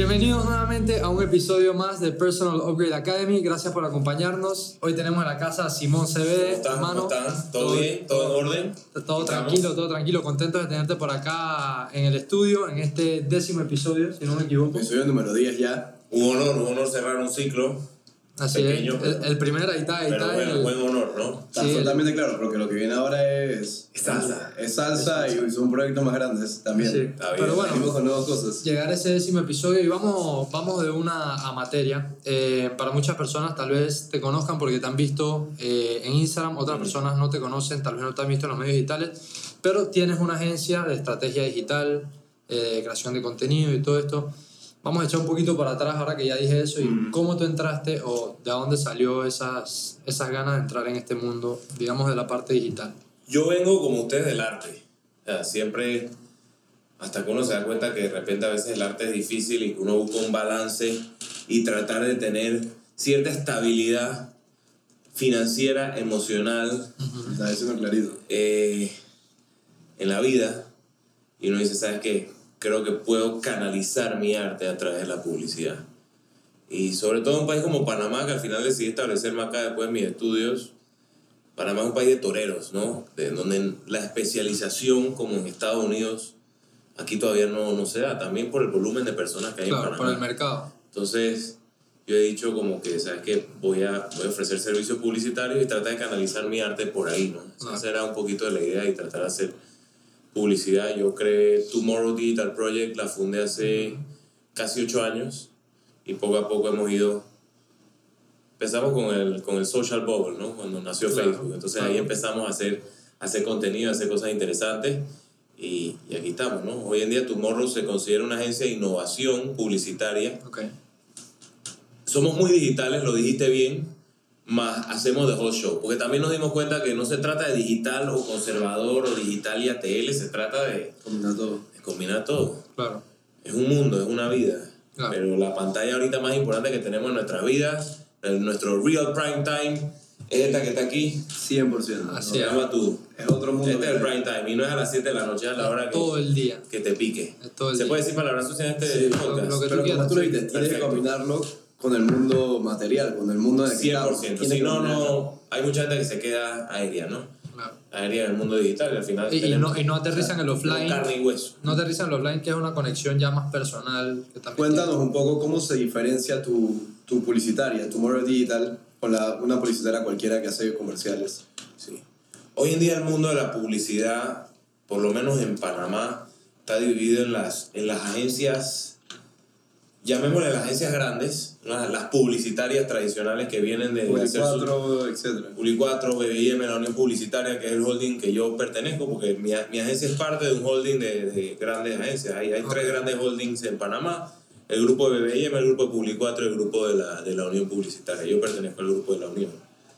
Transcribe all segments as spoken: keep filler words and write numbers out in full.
Bienvenidos nuevamente a un episodio más de Personal Upgrade Academy. Gracias por acompañarnos. Hoy tenemos en la casa a Simón C B D. ¿Cómo están? Hermano. ¿Cómo están? ¿Todo, ¿Todo bien? ¿Todo en orden? Todo tranquilo, todo tranquilo. Contentos de tenerte por acá en el estudio, en este décimo episodio, si no me equivoco. Episodio número diez ya. Un honor, un honor cerrar un ciclo. Así pequeño, es. pero, El, el primer, ahí está, ahí pero está. bueno, el, buen honor, ¿no? Está Sí, totalmente claro, porque lo que viene ahora es... Es salsa. Es salsa, es salsa. Y son proyectos más grandes también. Sí. Está bien. Pero bueno, venimos con nuevas cosas. llegar a ese décimo episodio y vamos, vamos de una a materia. Eh, para muchas personas tal vez te conozcan porque te han visto eh, en Instagram, otras personas no te conocen, tal vez no te han visto en los medios digitales, pero tienes una agencia de estrategia digital, eh, de creación de contenido y todo esto. Vamos a echar un poquito para atrás ahora que ya dije eso y Mm. cómo tú entraste o de dónde salió esas, esas ganas de entrar en este mundo, digamos, de la parte digital. Yo vengo como ustedes del arte. O sea, siempre, hasta que uno se da cuenta que de repente a veces el arte es difícil y que uno busca un balance y tratar de tener cierta estabilidad financiera, emocional, Está eso es clarito. eh, en la vida. Y uno dice, ¿sabes qué? Creo que puedo canalizar mi arte a través de la publicidad. Y sobre todo en un país como Panamá, que al final decidí establecerme acá después de mis estudios. Panamá es un país de toreros, ¿no? De donde la especialización, como en Estados Unidos, aquí todavía no, no se da. También por el volumen de personas que hay Claro, en Panamá. por el mercado. Entonces, yo he dicho como que, ¿sabes qué? Voy a, voy a ofrecer servicios publicitarios y tratar de canalizar mi arte por ahí, ¿no? Ah. Esa era un poquito de la idea y tratar de hacer publicidad. Yo creé Tomorrow Digital Project, la fundé hace casi ocho años y poco a poco hemos ido. Empezamos con el, con el social bubble, ¿no? Cuando nació Claro, Facebook. Entonces claro. ahí empezamos a hacer, a hacer contenido, a hacer cosas interesantes y, y aquí estamos, ¿no? Hoy en día Tomorrow se considera una agencia de innovación publicitaria. Okay. Somos muy digitales, lo dijiste bien, más hacemos the whole show. Porque también nos dimos cuenta que no se trata de digital o conservador o digital y A T L, se trata de, Combina todo. de combinar todo. Claro. Es un mundo, es una vida. Claro. Pero la pantalla ahorita más importante que tenemos en nuestras vidas, en nuestro real prime time, es esta que está aquí. cien por ciento. Así Se es. llama tú. Es otro mundo. Este es el prime time y no es a las siete de la noche, es a la hora que, Todo el día. que te pique. Es todo el ¿Se día. puede decir palabras sucias en este Sí, podcast? lo que tú Pero quieras, como tú lo sí. dijiste, tienes que Perfecto. combinarlo con el mundo material, con el mundo de cien por ciento. Tienes Si que no, combinarlo. no, hay mucha gente que se queda aérea, ¿no? Claro. Aérea en el mundo digital y al final Y, y tenemos no, y no aterrizan en el offline. carne y hueso. No aterrizan en el offline, que es una conexión ya más personal. Que también Cuéntanos un poco cómo se diferencia tu, tu publicitaria, Tomorrow Digital, con la, una publicitaria cualquiera que hace comerciales. Sí. Hoy en día el mundo de la publicidad, por lo menos en Panamá, está dividido en las, en las agencias, llamémosle las agencias grandes, las, las publicitarias tradicionales que vienen de, de hacer su- cuatro, etcétera. Publi cuatro, B B I M, la Unión Publicitaria, que es el holding que yo pertenezco, porque mi, mi agencia es parte de un holding de, de grandes agencias. Hay, hay tres Ok. grandes holdings en Panamá, el grupo de B B I M, el grupo de Publi cuatro y el grupo de la, de la Unión Publicitaria. Yo pertenezco al grupo de la Unión.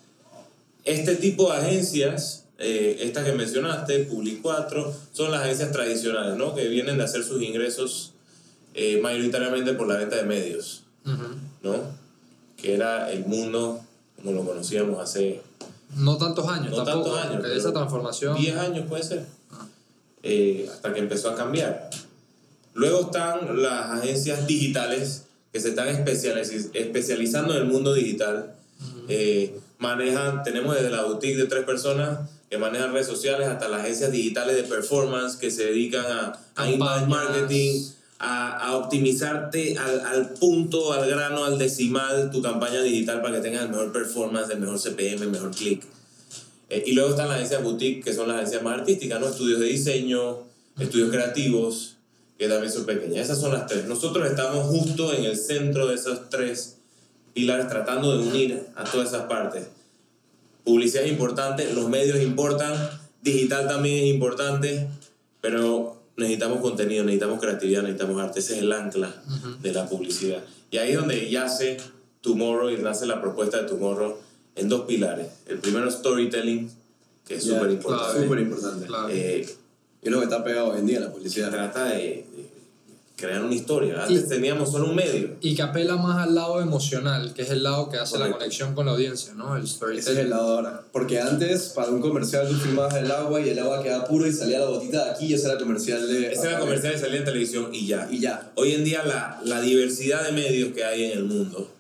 Este tipo de agencias, eh, estas que mencionaste, Publi cuatro, son las agencias tradicionales, ¿no? Que vienen de hacer sus ingresos eh, mayoritariamente por la venta de medios, Ujú. ¿no? Que era el mundo como lo conocíamos hace No tantos años, No tampoco. tantos años, porque pero esa transformación. diez años puede ser, Ah. eh, hasta que empezó a cambiar. Luego están las agencias digitales que se están especializ- especializando en el mundo digital. Eh, manejan, tenemos desde la boutique de tres personas que manejan redes sociales hasta las agencias digitales de performance que se dedican a, a inbound Campañas. marketing, a, a optimizarte al, al punto, al grano, al decimal tu campaña digital para que tengas el mejor performance, el mejor C P M, el mejor click. Eh, y luego están las agencias boutique, que son las agencias más artísticas, ¿no? Estudios de diseño, estudios creativos, que también son pequeñas. Esas son las tres. Nosotros estamos justo en el centro de esos tres pilares, tratando de unir a todas esas partes. Publicidad es importante, los medios importan, digital también es importante, pero necesitamos contenido, necesitamos creatividad, necesitamos arte. Ese es el ancla Ujú. de la publicidad. Y ahí es donde yace Tomorrow y nace la propuesta de Tomorrow en dos pilares. El primero es storytelling, que es Ya, súper importante. claro. Súper importante. Claro. Eh, Y es lo que está pegado hoy en día, la publicidad. trata de, de crear una historia. Antes Y- teníamos solo un medio. Y que apela más al lado emocional, que es el lado que hace Correcto. la conexión con la audiencia, ¿no? El Ese es storytelling. el lado ahora. Porque antes, para un comercial, tú filmabas el agua y el agua quedaba puro y salía la gotita de aquí y ese era el comercial de... Ese era el comercial que salía en televisión y ya. Y ya. Hoy en día la, la diversidad de medios que hay en el mundo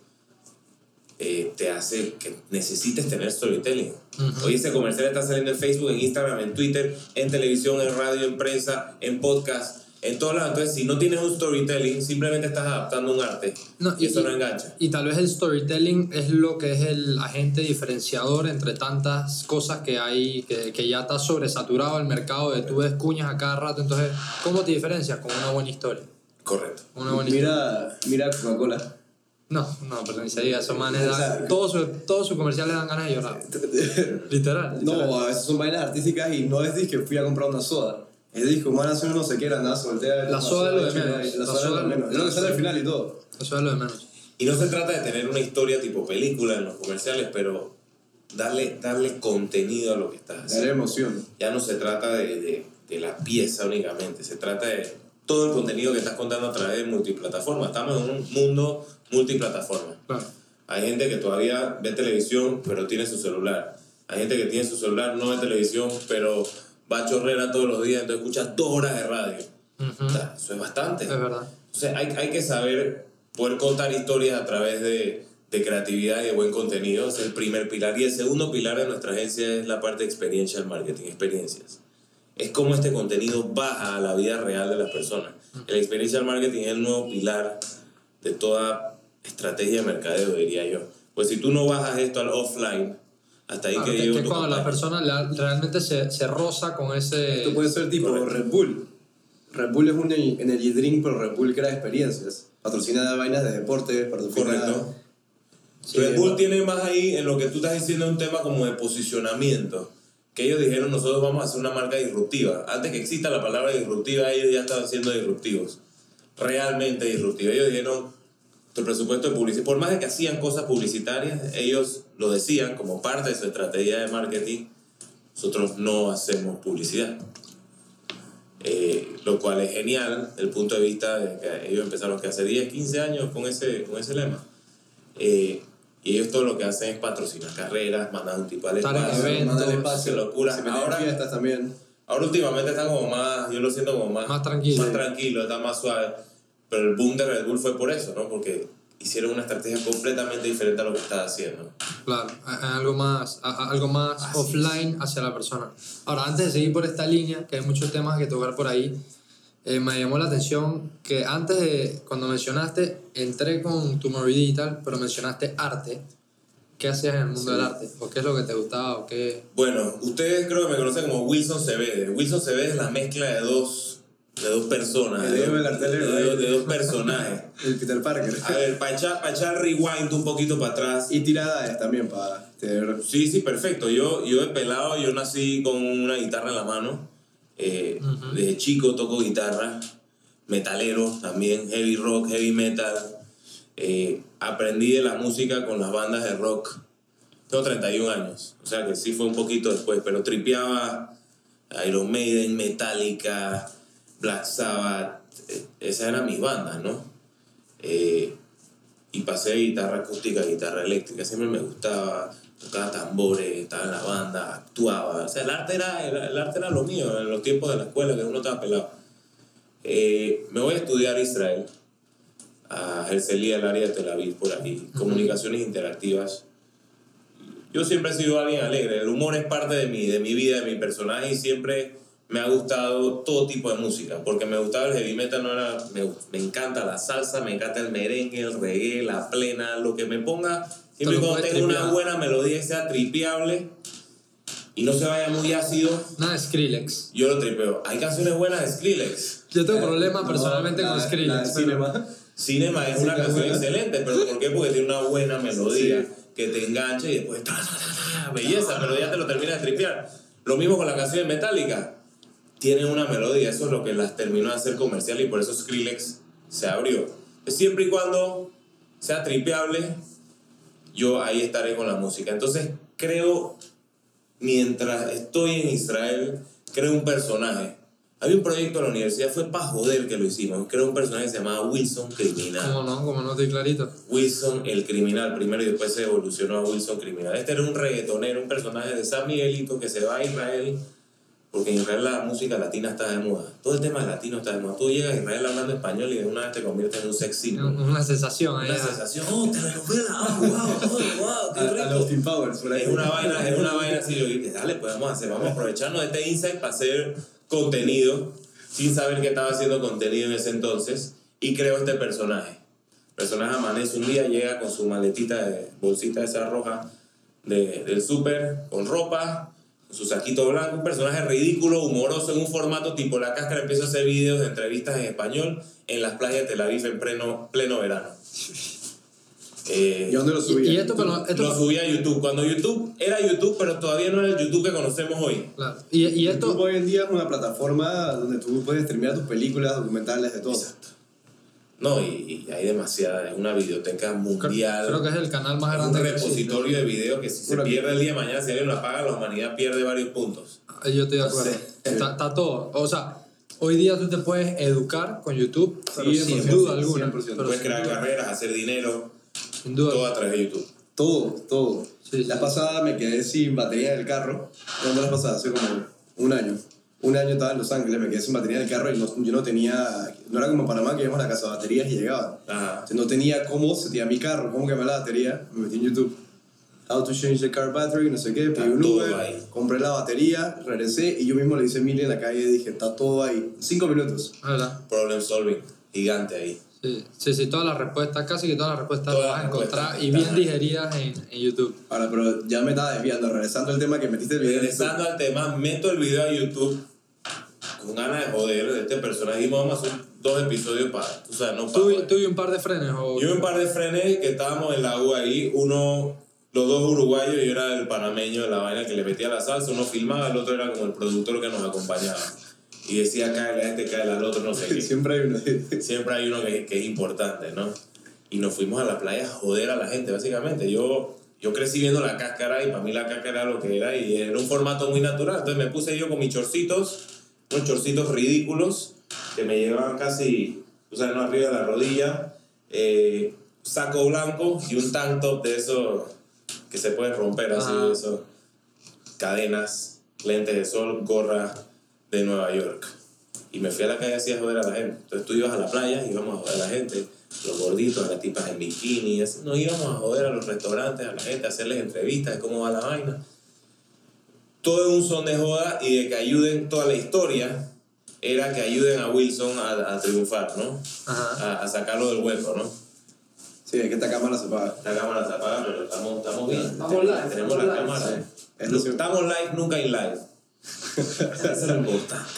eh, te hace que necesites tener storytelling. Ujú. Hoy ese comercial está saliendo en Facebook, en Instagram, en Twitter, en televisión, en radio, en prensa, en podcast, en todos lados. Entonces, si no tienes un storytelling, simplemente estás adaptando un arte No, y, y- eso no y- engancha. Y tal vez el storytelling es lo que es el agente diferenciador entre tantas cosas que hay, que, que ya está sobresaturado el mercado, de tú ves cuñas a cada rato. Entonces, ¿cómo te diferencias? Con una buena historia. Correcto. Una buena historia. Mira, mira Coca-Cola. No, no, pero ni se diga, esos manes O sea, dan- todos sus todos sus comerciales dan ganas de llorar. Literal. literal. No, a veces son vainas artísticas y no es que fui a comprar una soda. Es de que como van a hacer uno se quiera, nada, se voltea. La toma soda es lo de chile, menos. La La soda es lo soda- de menos. Es lo que sale al final y todo. Eso es lo de menos. Y no se trata de tener una historia tipo película en los comerciales, pero darle, darle contenido a lo que estás Darle haciendo. emoción. Ya no se trata de, de, de la pieza únicamente, se trata de todo el contenido que estás contando a través de multiplataformas. Estamos en un mundo multiplataforma. Claro. Hay gente que todavía ve televisión, pero tiene su celular. Hay gente que tiene su celular, no ve televisión, pero va a chorrera todos los días, entonces escucha dos horas de radio. Ujú. O sea, eso es bastante. Es verdad. Entonces hay, hay que saber poder contar historias a través de, de creatividad y de buen contenido. Ese es el primer pilar. Y el segundo pilar de nuestra agencia es la parte de experiential marketing, experiencias. Es cómo este contenido baja a la vida real de las personas. El experiential marketing es el nuevo pilar de toda estrategia de mercadeo, diría yo. Pues si tú no bajas esto al offline, hasta ahí Claro, que que, llegó que tu cuando la campaña. persona la- realmente se, se roza con ese... Esto puede ser tipo Correcto. Red Bull. Red Bull es un energy drink, pero Red Bull crea experiencias. Patrocina vainas de deporte, patrocina... Correcto. Sí, Red Bull bueno. tiene más ahí en lo que tú estás diciendo un tema como de posicionamiento. Que ellos dijeron, nosotros vamos a hacer una marca disruptiva. Antes que exista la palabra disruptiva, ellos ya estaban siendo disruptivos. Realmente disruptivos. Ellos dijeron, tu presupuesto de publicidad, por más de que hacían cosas publicitarias, ellos lo decían como parte de su estrategia de marketing, nosotros no hacemos publicidad. Eh, lo cual es genial desde el punto de vista de que ellos empezaron que hace diez, quince años con ese, con ese lema. Eh, y ellos todo lo que hacen es patrocinar carreras, mandar un tipo al Estar en espacio, eventos, Mándale qué espacio. locura. Se meten en Ahora, fiestas también. ahora últimamente están como más, yo lo siento como más, Más tranquilo. más tranquilo, está más suave. Pero el boom de Red Bull fue por eso, ¿no? Porque hicieron una estrategia completamente diferente a lo que estaba haciendo. Claro, a- a algo más, a- a- algo más Así offline hacia la persona. Ahora, antes de seguir por esta línea, que hay muchos temas que tocar por ahí, eh, me llamó la atención que antes de, cuando mencionaste, entré con Tomorrow Digital, pero mencionaste arte. ¿Qué hacías en el mundo Sí. del arte? ¿O qué es lo que te gustaba? ¿O qué? Bueno, ustedes creo que me conocen como Wilson Cebede. Wilson Cebede es la mezcla de dos, de dos personas, El de, Diego dos, del artelero, de, ¿eh? dos- de dos personajes. El Peter Parker. A ver, para echar, pa echar rewind un poquito para atrás. Y tiradas también para tener... Sí, sí, perfecto. Yo, yo de pelado, yo nací con una guitarra en la mano. Eh, Ujú. Desde chico toco guitarra. Metalero también, heavy rock, heavy metal. Eh, aprendí de la música con las bandas de rock. Tengo treinta y un años, o sea que sí fue un poquito después, pero tripeaba Iron Maiden, Metallica, Black Sabbath. eh, Esas eran mis bandas, ¿no? Eh, y pasé de guitarra acústica a guitarra eléctrica, siempre me gustaba, tocaba tambores, estaba en la banda, actuaba, o sea, el arte era, era- el arte era lo mío en los tiempos de la escuela, que uno estaba pelado. Eh, me voy a estudiar a Israel, a Herzliya, el área de Tel Aviv, por aquí, comunicaciones interactivas. Yo siempre he sido alguien alegre, el humor es parte de mi, de mi vida, de mi personaje, y siempre me ha gustado todo tipo de música, porque me gustaba el heavy metal, no era, me, me encanta la salsa, me encanta el merengue, el reggae, la plena, lo que me ponga, siempre y Te lo cuando puedes tenga una tripear. buena melodía y sea tripeable y no se vaya muy ácido, Nada de Skrillex. yo lo tripeo. Hay canciones buenas de Skrillex. Yo tengo Eh, problemas no, personalmente la- con la Skrillex. de pero- Cinema. Cinema es Sí, una que es canción buena. excelente, pero ¿por qué? Porque tiene una buena melodía Sí. que te engancha y después ta, ta, ta, ta, belleza, pero ya te lo terminas de tripear. Lo mismo con la canción de Metallica. Tienen una melodía, eso es lo que las terminó de hacer comercial y por eso Skrillex se abrió. Siempre y cuando sea tripeable, yo ahí estaré con la música. Entonces creo, mientras estoy en Israel, creo un personaje Había un proyecto en la universidad, fue para joder que lo hicimos. Creo un personaje que se llamaba Wilson Criminal. ¿Cómo no? ¿Cómo no? Estoy clarito. Wilson el Criminal primero y después se evolucionó a Wilson Criminal. Este era un reggaetonero, un personaje de San Miguelito que se va a Israel, porque en Israel la música latina está de moda. Todo el tema latino está de moda. Tú llegas a Israel hablando español y de una vez te conviertes en un sex symbol. Una sensación ahí. Una sensación. Oh, telenovela. Oh, wow, oh, wow, qué rico. A los Team Powers, por ahí. Es una vaina, es una vaina así. Yo dije, dale, pues vamos a hacer, vamos a aprovecharnos de este insight para hacer contenido, sin saber que estaba haciendo contenido en ese entonces, y creo este personaje. El personaje amanece un día, llega con su maletita de bolsita esa roja de, del súper, con ropa, con su saquito blanco, un personaje ridículo, humoroso, en un formato tipo La Cáscara. Empieza a hacer videos de entrevistas en español en las playas de Tel Aviv en pleno, pleno verano. Eh, ¿Y dónde lo subía? Y esto, pero, esto lo subía a YouTube. Cuando YouTube era YouTube, pero todavía no era el YouTube que conocemos hoy. Claro. Y, y esto. YouTube hoy en día es una plataforma donde tú puedes streamear tus películas, documentales, de todo. Exacto. No, y, y hay demasiada, es una biblioteca mundial. Creo que es el canal más es grande un que repositorio de videos que si se pierde el día de mañana, si alguien lo apaga, la humanidad pierde varios puntos. existe. Yo estoy de acuerdo. Está, está todo. O sea, hoy día tú te puedes educar con YouTube, pero Sí, sin cien por ciento, duda alguna. cien por ciento. Pero Puedes sin crear duda- carreras, hacer dinero, Sin duda. todo a través de YouTube. Todo, todo. Sí, la sí. pasada me quedé sin batería en el carro. ¿Cuándo la pasada? Hace como un año. Un año estaba en Los Ángeles, me quedé sin batería en el carro y no, yo no tenía... No era como en Panamá que íbamos a la casa de baterías y llegaban. Ajá. Entonces no tenía cómo setear mi carro, cómo quemar la batería. Me metí en YouTube. How to change the car battery, no sé qué. Pedí un todo Uber, ahí. compré la batería, regresé y yo mismo le hice a Emilia en la calle y dije, está todo ahí. Cinco minutos. ¿Verdad? Problem solving, gigante ahí. Sí, sí, sí, todas las respuestas, casi que todas las respuestas Todas las vas a las encontrar respuestas y bien están. digeridas en, en YouTube. Ahora, pero ya me estaba desviando, regresando al tema que metiste el video. Regresando al tema, meto el video a YouTube con ganas de joder de este personaje. Dijimos, vamos a hacer dos episodios para, tú sabes, no para ¿Tú, joder. tú y un par de frenes? O... Yo y un par de frenes que estábamos en la U ahí, uno, los dos uruguayos, yo era el panameño de la vaina que le metía la salsa, uno filmaba, el otro era como el productor que nos acompañaba. Y decía, cáele a este, cáele al otro, no sé qué. Siempre hay uno. Siempre hay uno que, que es importante, ¿no? Y nos fuimos a la playa a joder a la gente, básicamente. Yo, yo crecí viendo La Cáscara y para mí La Cáscara era lo que era y era un formato muy natural. Entonces me puse yo con mis chorcitos, unos chorcitos ridículos que me llevaban casi, o sea, no arriba de la rodilla, eh, saco blanco y un tank top de esos que se pueden romper así, Ajá. de esos, cadenas, lentes de sol, gorra de Nueva York. Y me fui a la calle así a joder a la gente. Entonces tú ibas a la playa y íbamos a joder a la gente, los gorditos, a las tipas en bikini, así. Nos íbamos a joder a los restaurantes, a la gente, a hacerles entrevistas de cómo va la vaina. Todo en un son de joda y de que ayuden, toda la historia era que ayuden a Wilson a, a triunfar, ¿no? Ajá. A, a sacarlo del hueco, ¿no? Sí, es que esta cámara se apaga. La cámara se apaga, pero estamos, estamos bien. Estamos live, Tenemos estamos la live, cámara. sí. ¿eh? Es lo que- Estamos live, nunca in live. Eso es lo importante.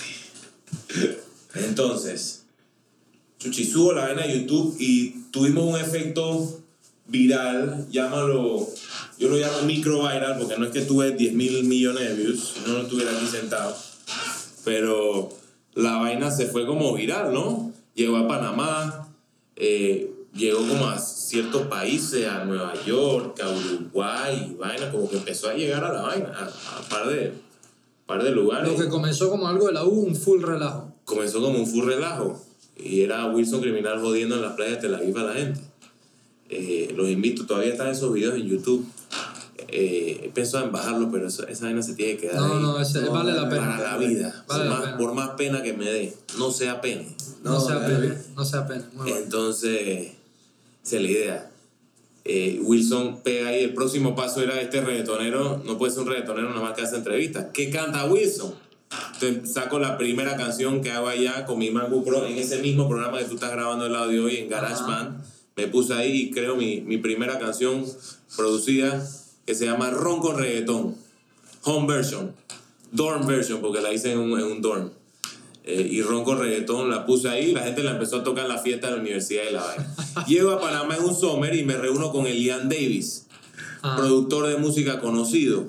Entonces, Chuchi, subo la vaina a YouTube y tuvimos un efecto viral, llámalo, yo lo llamo micro viral porque no es que tuve diez mil millones de views, si no, no estuviera aquí sentado. Pero la vaina se fue como viral, ¿no? Llegó a Panamá, eh, llegó como a ciertos países, a Nueva York, a Uruguay, vaina, como que empezó a llegar a la vaina, a, a un par de, par de lugares. Lo que comenzó como algo de la U, un full relajo. Comenzó como un full relajo y era Wilson Criminal jodiendo en las playas de Tel Aviv a la gente. Eh, los invito, todavía están esos videos en YouTube. Eh, he pensado en bajarlos, pero eso, esa vaina se tiene que quedar No, ahí no, ese, No, vale la no, pena. para la vida. Vale por, la más, pena. por más pena que me dé, no sea pena. No, sea dale. pena, no sea pena. Muy bueno. Entonces, esa es la idea. Eh, Wilson pega ahí, el próximo paso era este reggaetonero, no puede ser un reggaetonero nada más que hace entrevistas. ¿Qué canta Wilson? Entonces saco la primera canción que hago allá con mi MacBook Pro en ese mismo programa que tú estás grabando el audio hoy en GarageBand. Me puse ahí y creo mi, mi primera canción producida que se llama Ron con Reggaetón. Home version. Dorm version, porque la hice en un, en un dorm. Eh, y Ron con Reggaetón la puse ahí y la gente la empezó a tocar en la fiesta de la universidad y la vaina. Llego a Panamá en un summer y me reúno con Elian Davis, Ah. productor de música conocido.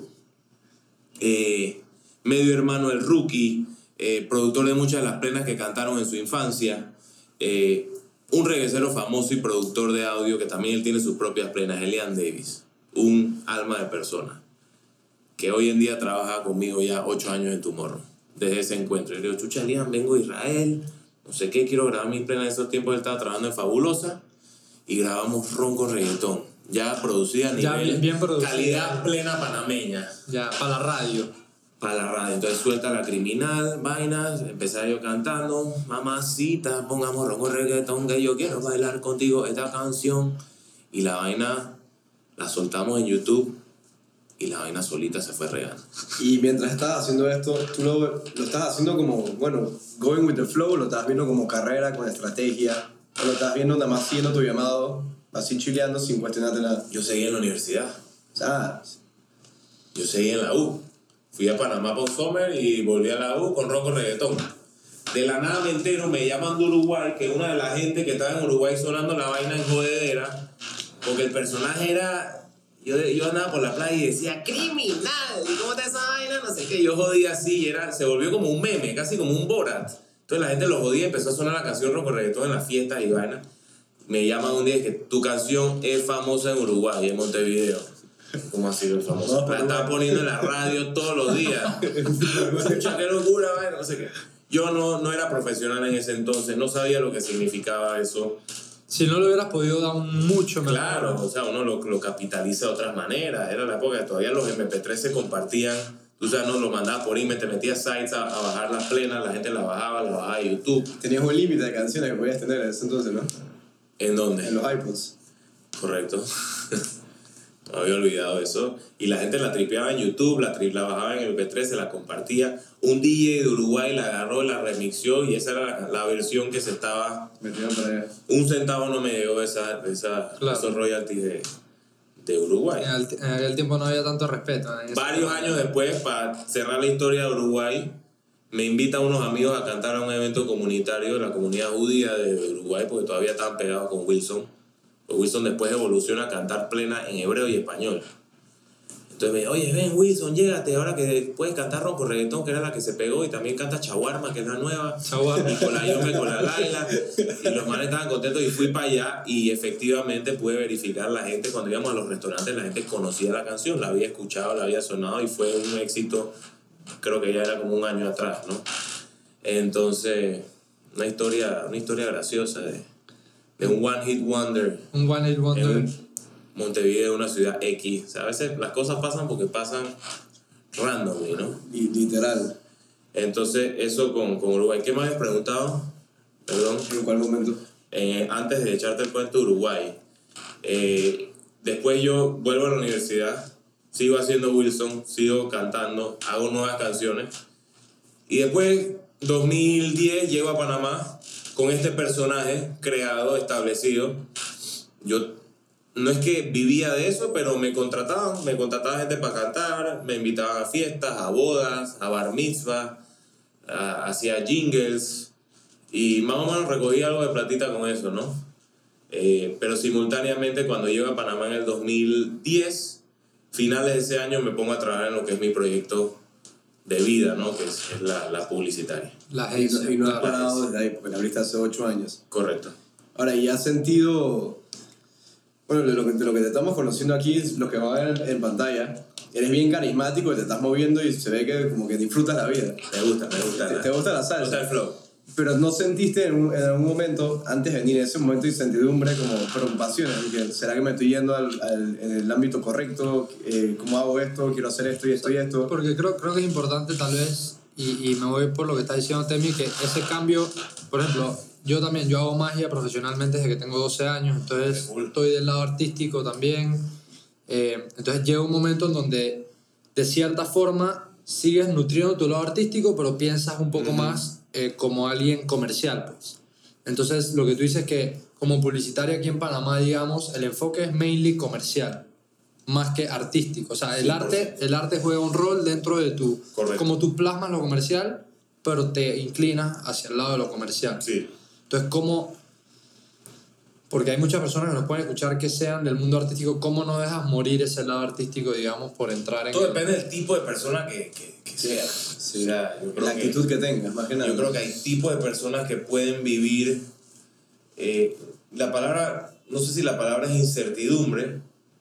Eh, medio hermano del Rookie, eh, productor de muchas de las plenas que cantaron en su infancia, eh, un reguecero famoso y productor de audio que también él tiene sus propias plenas, Elian Davis, un alma de persona, que hoy en día trabaja conmigo ya ocho años en Tomorrow. desde ese encuentro. Y le digo, chucha, Elian, vengo de Israel, no sé qué, quiero grabar mi plena. En esos tiempos él estaba trabajando en Fabulosa y grabamos Ron con reggaetón. Ya producida a nivel Ya bien, bien producida. calidad plena panameña. Ya, para la radio. Para la radio. Entonces suelta La Criminal, vainas, empecé yo cantando, mamacita, pongamos Ron con reggaetón, que yo quiero bailar contigo esta canción. Y la vaina la soltamos en YouTube y la vaina solita se fue regando. Y mientras estabas haciendo esto, tú lo, lo estás haciendo como, bueno, going with the flow, lo estás viendo como carrera, con estrategia, o lo estás viendo nada más haciendo tu llamado, así chileando sin cuestionarte nada. Yo seguí en la universidad. O sea, Yo seguí en la U. Fui a Panamá por summer y volví a la U con Ron con reggaetón. De la nada me entero, me llaman de Uruguay, que una de la gente que estaba en Uruguay sonando la vaina en jodedera, porque el personaje era... Yo, yo andaba por la playa y decía, criminal, ¿y cómo está esa vaina? No sé qué, yo jodía así y era, se volvió como un meme, casi como un Borat. Entonces la gente lo jodía y empezó a sonar la canción Ron con reggaetón en las fiestas y vaina. Me llaman un día y que tu canción es famosa en Uruguay, en Montevideo. ¿Cómo ha sido famosa? No, la estaba poniendo en la radio todos los días. Escucha, qué locura, vaina, no sé qué. Yo no, no era profesional en ese entonces, no sabía lo que significaba eso. Si no lo hubieras podido dar mucho mejor. Claro, o sea, uno lo, lo capitaliza de otras maneras. Era la época que todavía los eme pe tres se compartían. Tú sabes, no lo mandabas por email, te metías sites a, a bajar las plenas, la gente la bajaba, la bajaba de YouTube. tenías un límite de canciones que podías tener en ese entonces, ¿no? ¿En dónde? En los iPods. Correcto. No había olvidado eso. Y la gente la tripeaba en YouTube, la, tri la bajaba en el eme pe tres, se la compartía. Un D J de Uruguay la agarró, la remixió y esa era la, la versión que se estaba... Metían para allá. Un centavo no me llegó esa, esa, Claro. esos royalties de, de Uruguay. En, el, en aquel tiempo no había tanto respeto. En ese Varios tiempo. años después, para cerrar la historia de Uruguay, me invitan unos amigos a cantar a un evento comunitario de la comunidad judía de Uruguay, porque todavía estaban pegados con Wilson. Pues Wilson después evoluciona a cantar plena en hebreo y español. Entonces me dice, oye, ven Wilson, llégate, ahora que puedes cantar Ron con reggaetón, que era la que se pegó, y también canta Chaguarma, que es la nueva. Chaguarma. Y con la Yome, con la Laila. Y los manes estaban contentos y fui para allá y efectivamente pude verificar la gente, cuando íbamos a los restaurantes, la gente conocía la canción, la había escuchado, la había sonado y fue un éxito, creo que ya era como un año atrás, ¿no? Entonces, una historia, una historia graciosa de, de un one hit wonder. Un one hit wonder. En un Montevideo, una ciudad X. O sea, a veces las cosas pasan porque pasan randomly, ¿no? Y, literal. Entonces, eso con, con Uruguay. ¿Qué me habías preguntado? Perdón. ¿En cuál momento? Eh, antes de echarte el cuento de Uruguay. Eh, después yo vuelvo a la universidad, sigo haciendo Wilson, sigo cantando, hago nuevas canciones. Y después, dos mil diez, llego a Panamá con este personaje creado, establecido. Yo no es que vivía de eso, pero me contrataban, me contrataba gente para cantar, me invitaban a fiestas, a bodas, a bar mitzvah, a, hacía jingles y más o menos recogí algo de platita con eso, ¿no? Eh, pero simultáneamente cuando llego a Panamá en el dos mil diez, finales de ese año me pongo a trabajar en lo que es mi proyecto de vida, ¿no? Que es, es la, la publicitaria. La Y agencia. no, y no has claro. parado desde ahí, porque la abriste hace ocho años. Correcto. Ahora, ¿y has sentido... Bueno, de lo, que, de lo que te estamos conociendo aquí, lo que va a ver en, en pantalla, eres bien carismático y te estás moviendo y se ve que como que disfrutas la vida. Me gusta, me gusta. Te, la- te gusta la me gusta salsa. el flow. Pero ¿no sentiste en, un, en algún momento, antes de venir, ese momento de incertidumbre, como preocupaciones? Que, ¿será que me estoy yendo al, al, en el ámbito correcto? Eh, ¿Cómo hago esto? Quiero hacer esto y esto y esto. Porque creo, creo que es importante tal vez, y, y me voy por lo que está diciendo Temi, que ese cambio, por ejemplo, yo también, yo hago magia profesionalmente desde que tengo doce años, entonces Cool. estoy del lado artístico también. Eh, entonces llega un momento en donde, de cierta forma, sigues nutriendo tu lado artístico, pero piensas un poco Ujú. más eh, como alguien comercial, pues. Entonces, lo que tú dices que como publicitario aquí en Panamá, digamos, el enfoque es mainly comercial, más que artístico. O sea, el cien por ciento. arte, el arte juega un rol dentro de tu... Correcto. Como tú plasmas lo comercial, pero te inclinas hacia el lado de lo comercial. Sí. Entonces, ¿cómo...? Porque hay muchas personas que nos pueden escuchar que sean del mundo artístico. ¿Cómo no dejas morir ese lado artístico, digamos, por entrar en... Todo el- depende del tipo de persona que, que, que sea. Sí. O sea, yo creo La que- actitud que, tengas, más que nada. Yo creo que hay tipos de personas que pueden vivir, eh, la palabra, no sé si la palabra es incertidumbre,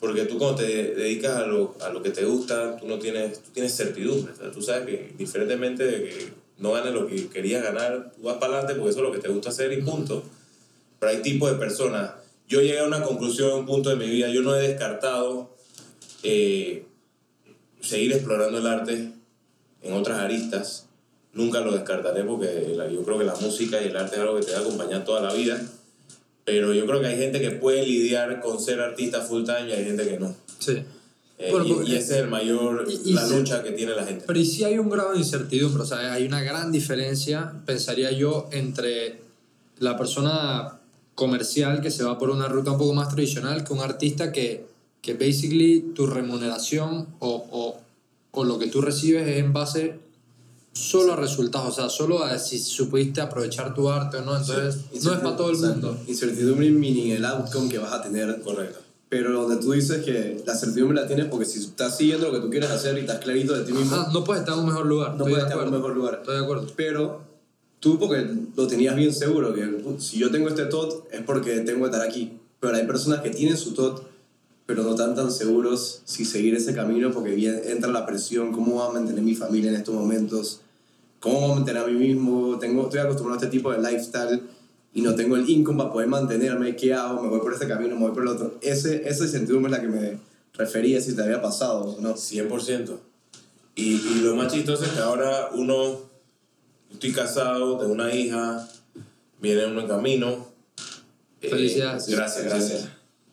Porque tú cuando te dedicas a lo, a lo que te gusta, tú no tienes, tú tienes certidumbre. O sea, tú sabes que diferentemente de que no ganes lo que querías ganar, tú vas para adelante porque eso es lo que te gusta hacer y punto. Pero hay tipos de personas. Yo llegué a una conclusión en un punto de mi vida. Yo no he descartado eh, seguir explorando el arte en otras aristas. Nunca lo descartaré porque la, yo creo que la música y el arte es algo que te va a acompañar toda la vida. Pero yo creo que hay gente que puede lidiar con ser artista full time y hay gente que no. Sí. Eh, Bueno, y, porque- y ese es el mayor, y- y la se- lucha que tiene la gente. Pero y sí hay un grado de incertidumbre, o sea, hay una gran diferencia, pensaría yo, entre la persona comercial que se va por una ruta un poco más tradicional que un artista que, que basically tu remuneración o, o, o lo que tú recibes es en base solo a resultados, o sea, solo a si supiste aprovechar tu arte o no, entonces no es para todo el Exacto. mundo. Incertidumbre meaning el outcome que vas a tener. Correcto. Pero donde tú dices que la certidumbre la tienes porque si estás siguiendo lo que tú quieres hacer y estás clarito de ti mismo, Ah, no puedes estar en un mejor lugar. no estoy puedes de estar en un acuerdo. mejor lugar. Estoy de acuerdo. Pero tú porque lo tenías bien seguro, que "Put, si yo tengo este T O T es porque tengo que estar aquí". Pero hay personas que tienen su T O T, pero no están tan seguros si seguir ese camino porque bien, entra la presión, ¿cómo voy a mantener mi familia en estos momentos? ¿Cómo voy a mantener a mí mismo? Tengo, estoy acostumbrado a este tipo de lifestyle y no tengo el income para poder mantenerme. ¿Qué hago? ¿Me voy por este camino? ¿Me voy por el otro? Ese, esa incertidumbre es la que me refería si te había pasado o no. cien por ciento. Y, y lo más chistoso es que ahora uno, estoy casado, tengo una hija, viene uno en camino. Eh, Felicidades. Gracias, gracias.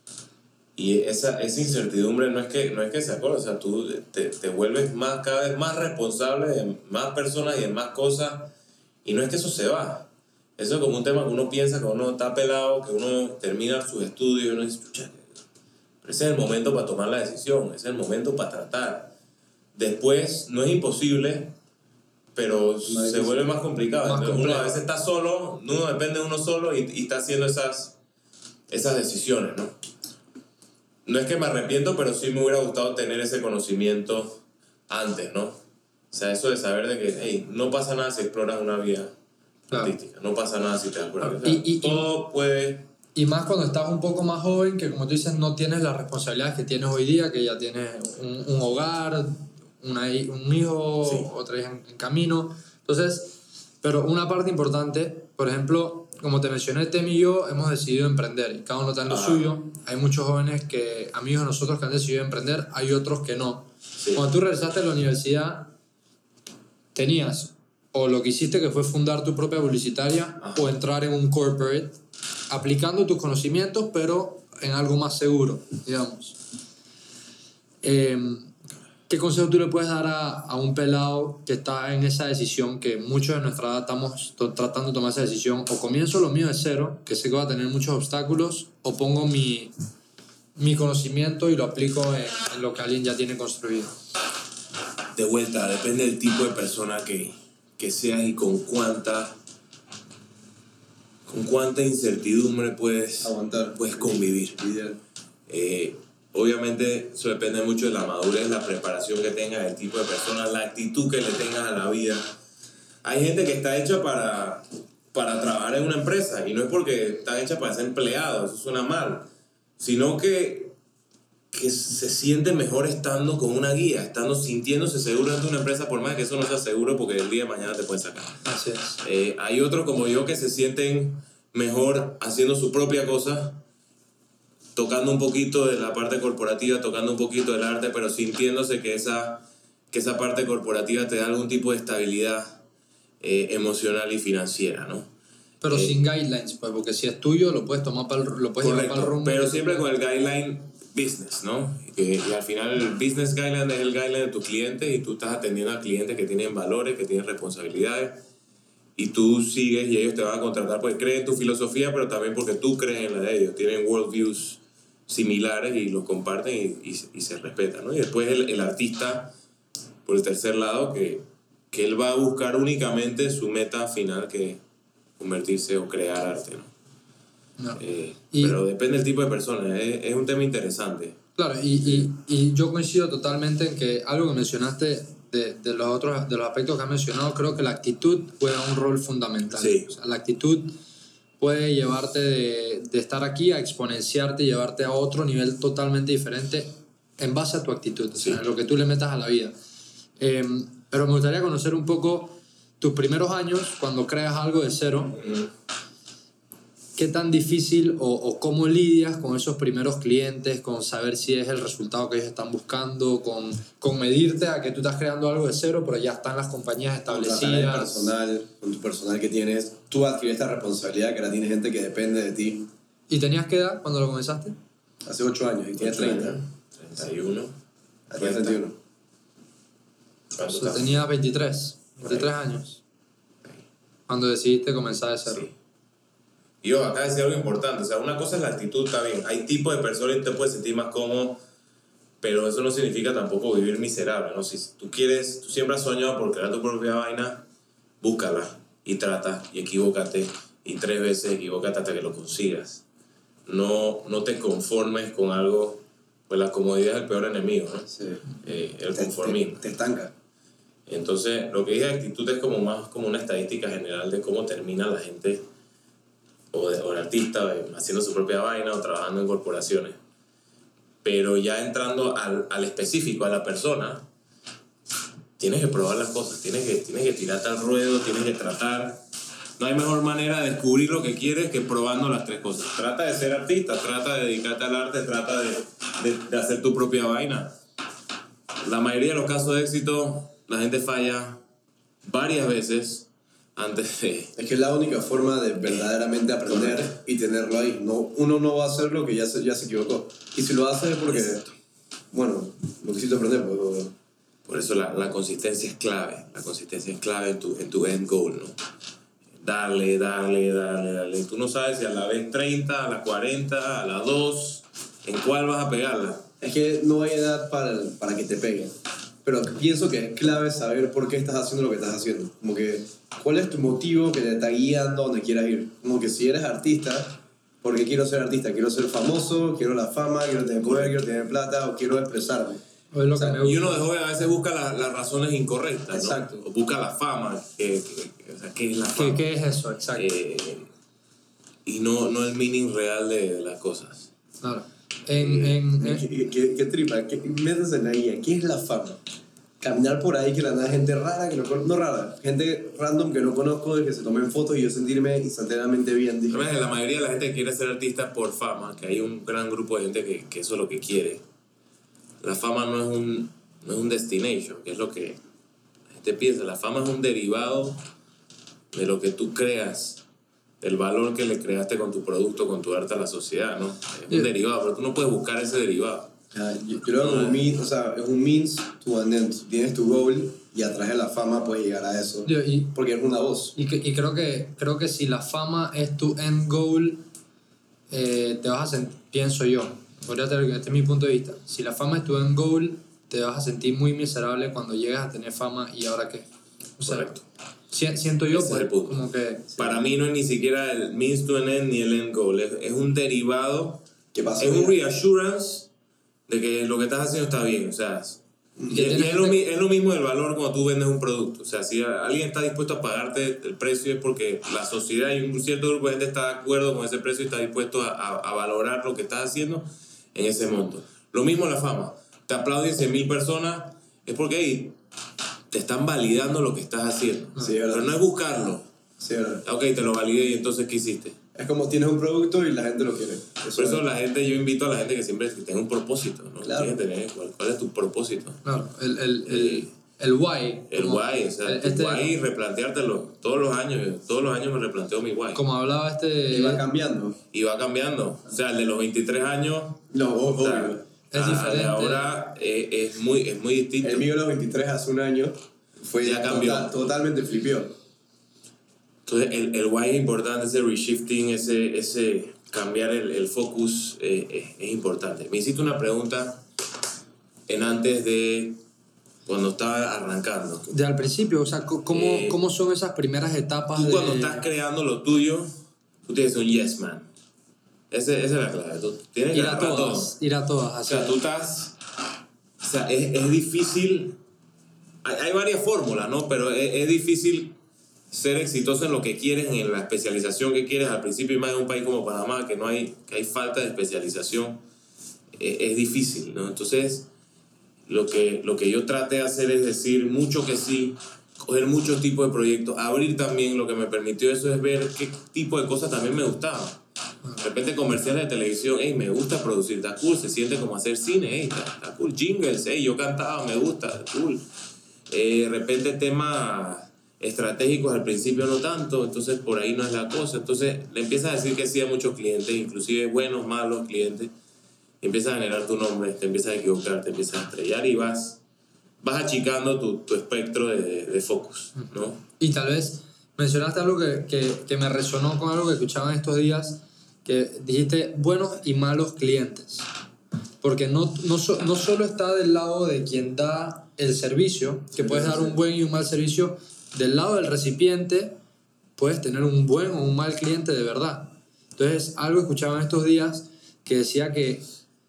Y esa, esa incertidumbre no es que, no es que se acuerde, o sea, tú te, te vuelves más, cada vez más responsable de más personas y de más cosas, y no es que eso se va. Eso es como un tema que uno piensa que uno está pelado, que uno termina sus estudios y uno dice, "Chucha, pero ese es el momento para tomar la decisión, ese es el momento para tratar". Después no es imposible, pero se difícil. vuelve más complicado. Más Entonces, uno complejo. a veces está solo, uno depende de uno solo y, y está haciendo esas, esas decisiones, ¿no? No es que me arrepiento, pero sí me hubiera gustado tener ese conocimiento antes, ¿no? O sea, eso de saber de que, hey, no pasa nada si exploras una vía Claro. artística, no pasa nada si te das cuenta. Claro. O sea, Y- y- todo puede... Y más cuando estás un poco más joven, que como tú dices, no tienes las responsabilidades que tienes hoy día, que ya tienes un, un hogar, una, hi- un hijo, Sí. otra hija en, en camino. Entonces, pero una parte importante, por ejemplo, como te mencioné, Temi y yo hemos decidido emprender y cada uno está en lo Ajá. suyo. Hay muchos jóvenes que, amigos de nosotros que han decidido emprender, hay otros que no. Sí. Cuando tú regresaste a la universidad, tenías o lo que hiciste que fue fundar tu propia publicitaria Ajá. o entrar en un corporate aplicando tus conocimientos pero en algo más seguro, digamos. Eh, ¿Qué consejo tú le puedes dar a, a un pelado que está en esa decisión, que muchos de nuestra edad estamos to- tratando de tomar esa decisión? O comienzo lo mío de cero, que sé que va a tener muchos obstáculos, o pongo mi, mi conocimiento y lo aplico en, en lo que alguien ya tiene construido. De vuelta, depende del tipo de persona que, que seas y con cuánta con cuánta incertidumbre puedes, Aguantar. puedes convivir. Lidiar. Eh, obviamente eso depende mucho de la madurez, la preparación que tengas, el tipo de persona, la actitud que le tengas a la vida. Hay gente que está hecha para, para trabajar en una empresa y no es porque está hecha para ser empleado, eso suena mal, sino que, que se siente mejor estando con una guía, estando sintiéndose seguro de una empresa, por más que eso no sea seguro porque el día de mañana te pueden sacar. Así es. Eh, hay otros como yo que se sienten mejor haciendo su propia cosa, tocando un poquito de la parte corporativa, tocando un poquito del arte, pero sintiéndose que esa, que esa parte corporativa te da algún tipo de estabilidad eh, emocional y financiera, ¿no? Pero Eh, sin guidelines, pues, porque si es tuyo lo puedes tomar para el, lo puedes llevar para el Correcto, rumbo. pero siempre con el guideline business, ¿no? Que, y al final el business guideline es el guideline de tu cliente y tú estás atendiendo a clientes que tienen valores, que tienen responsabilidades y tú sigues y ellos te van a contratar porque creen en tu filosofía, pero también porque tú crees en la de ellos. Tienen worldviews similares y los comparten y, y, y se respetan, ¿no? Y después el, el artista, por el tercer lado, que, que él va a buscar únicamente su meta final, que es convertirse o crear arte, ¿no? No. Eh, Y- pero depende del tipo de persona, es, es un tema interesante. Claro, y, y, y yo coincido totalmente en que algo que mencionaste de, de los otros de los aspectos que has mencionado, creo que la actitud juega un rol fundamental. Sí. O sea, la actitud puede llevarte de, de estar aquí a exponenciarte y llevarte a otro nivel totalmente diferente en base a tu actitud, o sea, Sí. lo que tú le metas a la vida. Eh, pero me gustaría conocer un poco tus primeros años cuando creas algo de cero. ¿Qué tan difícil o, o cómo lidias con esos primeros clientes, con saber si es el resultado que ellos están buscando, con, con medirte a que tú estás creando algo de cero, pero ya están las compañías Con tu talento establecidas? personal, con tu personal que tienes, tú adquieres esta responsabilidad que ahora tiene gente que depende de ti. ¿Y tenías qué edad cuando lo comenzaste? Hace ocho años y tienes treinta. treinta y uno. Ah, tienes treinta y uno. O ¿Cuánto sea, estás? tenía veintitrés, veintitrés años, cuando decidiste comenzar de cero. Sí. Y yo acá decía algo importante, o sea, una cosa es la actitud, está bien, hay tipos de personas que te puedes sentir más cómodo, pero eso no significa tampoco vivir miserable, ¿no? Si tú quieres, tú siempre has soñado por crear tu propia vaina, búscala y trata y equivócate y tres veces equivócate hasta que lo consigas. No, no te conformes con algo, pues la comodidad es el peor enemigo, ¿no? Sí. Eh, el Te, conformismo. te, te estanca. Entonces, lo que dije de actitud es como más como una estadística general de cómo termina la gente o, de, o el artista eh, haciendo su propia vaina o trabajando en corporaciones. Pero ya entrando al, al específico, a la persona, tienes que probar las cosas, tienes que, tienes que tirarte al ruedo, tienes que tratar. No hay mejor manera de descubrir lo que quieres que probando las tres cosas. Trata de ser artista, trata de dedicarte al arte, trata de, de, de hacer tu propia vaina. La mayoría de los casos de éxito, la gente falla varias veces antes de... Es que es la única forma de verdaderamente aprender y tenerlo ahí. No, uno no va a hacer lo que ya se, ya se equivocó. Y si lo hace es porque, bueno, lo quisiste aprender. Pues, Por eso la, la consistencia es clave. La consistencia es clave en tu, en tu end goal, ¿no? Darle, darle, darle, darle. Tú no sabes si a la vez treinta, a la cuarenta, a la dos, en cuál vas a pegarla. es que no hay edad para, para que te peguen. Pero pienso que es clave saber por qué estás haciendo lo que estás haciendo. Como que, ¿cuál es tu motivo que te está guiando a donde quieras ir? Como que si eres artista, porque quiero ser artista, quiero ser famoso, quiero la fama, quiero tener poder, quiero tener plata o quiero expresarme. O es lo O sea, que me Y gusta. uno de joven a veces busca la, las razones incorrectas, ¿no? Exacto. O busca la fama. Que, que- o sea, ¿qué es la ¿Qué, fama? ¿Qué es eso? Exacto. Eh, y no, no el meaning real de las cosas. Claro. En, en, en- ¿Qué, qué, qué tripa? ¿Qué, métase en la guía. ¿Qué es la fama? Caminar por ahí que la nada gente rara, que no, con- no rara, gente random que no conozco, de que se tomen fotos y yo sentirme instantáneamente bien. Dije, Además, la mayoría de la gente que quiere ser artista por fama, que hay un gran grupo de gente que, que eso es lo que quiere. La fama no es un, no es un destination, que es lo que la gente piensa. La fama es un derivado de lo que tú creas, del valor que le creaste con tu producto, con tu arte a la sociedad, ¿no? Es un Yeah. derivado, pero tú no puedes buscar ese derivado. ah, yo, yo lo veo como un means, o sea, es un means to an end. Tienes tu goal y a través de la fama puedes llegar a eso. yo- y, Porque es una voz. y, que- y creo, que, creo que si la fama es tu end goal, eh, te vas a sentir, pienso yo, podría tener, este es mi punto de vista, si la fama es tu end goal, te vas a sentir muy miserable cuando llegas a tener fama y ahora qué. O sea, Correcto. si- siento yo, Ese es pues, el punto. como que... Para mí no es ni siquiera el means to an end ni el end goal, es, es un derivado, ¿Qué pasa? es un reassurance de que lo que estás haciendo está bien, o sea, Y y que es, tienes y es lo, gente- mi- es lo mismo del valor cuando tú vendes un producto, o sea, si alguien está dispuesto a pagarte el precio es porque la sociedad y un cierto grupo de gente está de acuerdo con ese precio y está dispuesto a, a, a valorar lo que estás haciendo en ese monto. Lo mismo la fama, te aplauden cien mil personas, es porque hey, te están validando lo que estás haciendo, Sí, ¿verdad? pero no es buscarlo. Sí, ¿verdad? Ok, te lo validé y entonces ¿qué hiciste? Es como tienes un producto y la gente lo quiere. Por eso la gente, yo invito a la gente que siempre tenga un propósito, ¿no? Claro. Tienes que tener, ¿cuál, ¿cuál es tu propósito? Claro, el, el, el, el why. El como- why, o sea, el- tu este- why, replanteártelo. Todos los años, todos los años me replanteo mi why. Como hablaba este... Y va cambiando. Y va cambiando. O sea, el de los veintitrés años, No, o sea, obvio. Es a- diferente. de ahora eh, es, muy, es muy distinto. El mío de los veintitrés hace un año fue Ya cambió. total- totalmente flipió. Entonces, el, el why es importante, ese reshifting, ese, ese cambiar el, el focus eh, es, es importante. Me hiciste una pregunta en antes de cuando estaba arrancando. De al principio, o sea, co- ¿cómo, Eh, cómo son esas primeras etapas Tú de... cuando estás creando lo tuyo, tú tienes un yes man. Ese, esa es la clave. Tú tienes que ir a agarrar todo. todas, ir a todas, O así. sea, tú estás... O sea, es, es difícil... Hay, hay varias fórmulas, ¿no? Pero es, es difícil ser exitoso en lo que quieres, en la especialización que quieres, al principio y más en un país como Panamá, que no hay, que hay falta de especialización, eh, es difícil, ¿no? Entonces, lo que, lo que yo traté de hacer es decir mucho que sí, coger muchos tipos de proyectos, abrir también. Lo que me permitió eso es ver qué tipo de cosas también me gustaban. De repente comerciales de televisión, hey, me gusta producir, está cool, se siente como hacer cine, hey, está, está cool, jingles, hey, yo cantaba, me gusta, está cool. Eh, de repente temas estratégicos al principio no tanto, entonces por ahí no es la cosa. Entonces le empiezas a decir que sí a muchos clientes, inclusive buenos, malos clientes, y empiezas a generar tu nombre, te empiezas a equivocar, te empiezas a estrellar y vas, vas achicando tu, tu espectro de, de focus, ¿no? Y tal vez mencionaste algo que, que, que me resonó con algo que escuchaba en estos días, que dijiste buenos y malos clientes. Porque no, no, so, no solo está del lado de quien da el servicio, que puedes dar un buen y un mal servicio, del lado del recipiente puedes tener un buen o un mal cliente de verdad. Entonces, algo escuchaba en estos días que decía que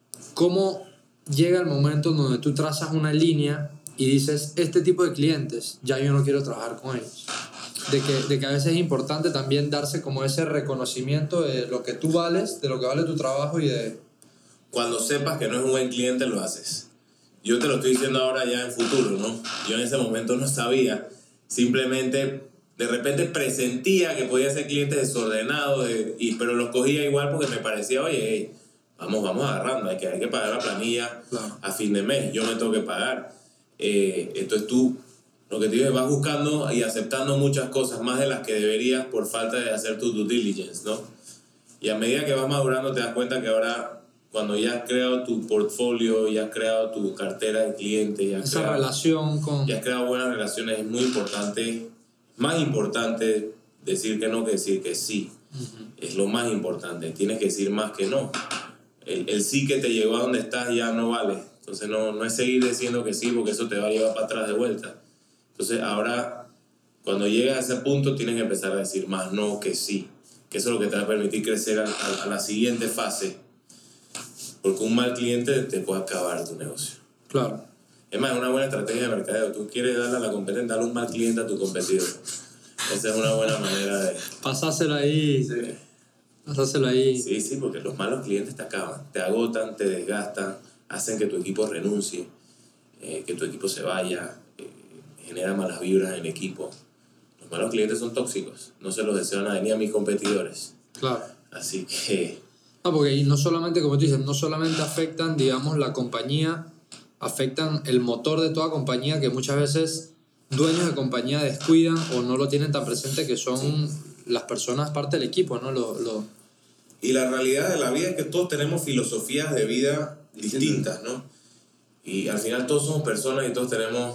cómo llega el momento donde tú trazas una línea y dices, este tipo de clientes, ya yo no quiero trabajar con ellos. De que, de que a veces es importante también darse como ese reconocimiento de lo que tú vales, de lo que vale tu trabajo y de... Cuando sepas que no es un buen cliente, lo haces. Yo te lo estoy diciendo ahora ya en futuro, ¿no? Yo en ese momento no sabía. Simplemente, de repente presentía que podía ser cliente desordenado, de, y, pero los cogía igual porque me parecía, oye, hey, vamos, vamos agarrando, hay que, hay que pagar la planilla claro. A fin de mes, yo me tengo que pagar. Eh, entonces tú, lo que te digo es, vas buscando y aceptando muchas cosas, más de las que deberías por falta de hacer tu due diligence, ¿no? Y a medida que vas madurando te das cuenta que ahora, cuando ya has creado tu portfolio, ya has creado tu cartera de clientes, ya has esa creado, relación con... ya has creado buenas relaciones, es muy importante, más importante decir que no que decir que sí. Uh-huh. Es lo más importante, tienes que decir más que no. El, el sí que te llegó a donde estás ya no vale. Entonces no, no es seguir diciendo que sí, porque eso te va a llevar para atrás de vuelta. Entonces ahora, cuando llegas a ese punto, tienes que empezar a decir más no que sí. Que eso es lo que te va a permitir crecer a, a, a la siguiente fase. Porque un mal cliente te puede acabar tu negocio. Claro. Es más, es una buena estrategia de mercadeo. Tú quieres darle a la competencia, darle un mal cliente a tu competidor. Esa es una buena manera de... Pasárselo ahí. Sí. Pasárselo ahí. Sí, sí, porque los malos clientes te acaban. Te agotan, te desgastan, hacen que tu equipo renuncie, eh, que tu equipo se vaya, eh, genera malas vibras en el equipo. Los malos clientes son tóxicos. No se los deseo a nadie, ni a mis competidores. Claro. Así que... No, porque y no solamente, como tú dices, no solamente afectan, digamos, la compañía, afectan el motor de toda compañía, que muchas veces dueños de compañía descuidan o no lo tienen tan presente, que son sí. las personas parte del equipo, ¿no? Lo, lo... Y la realidad de la vida es que todos tenemos filosofías de vida distintas, ¿no? Y al final todos somos personas y todos tenemos...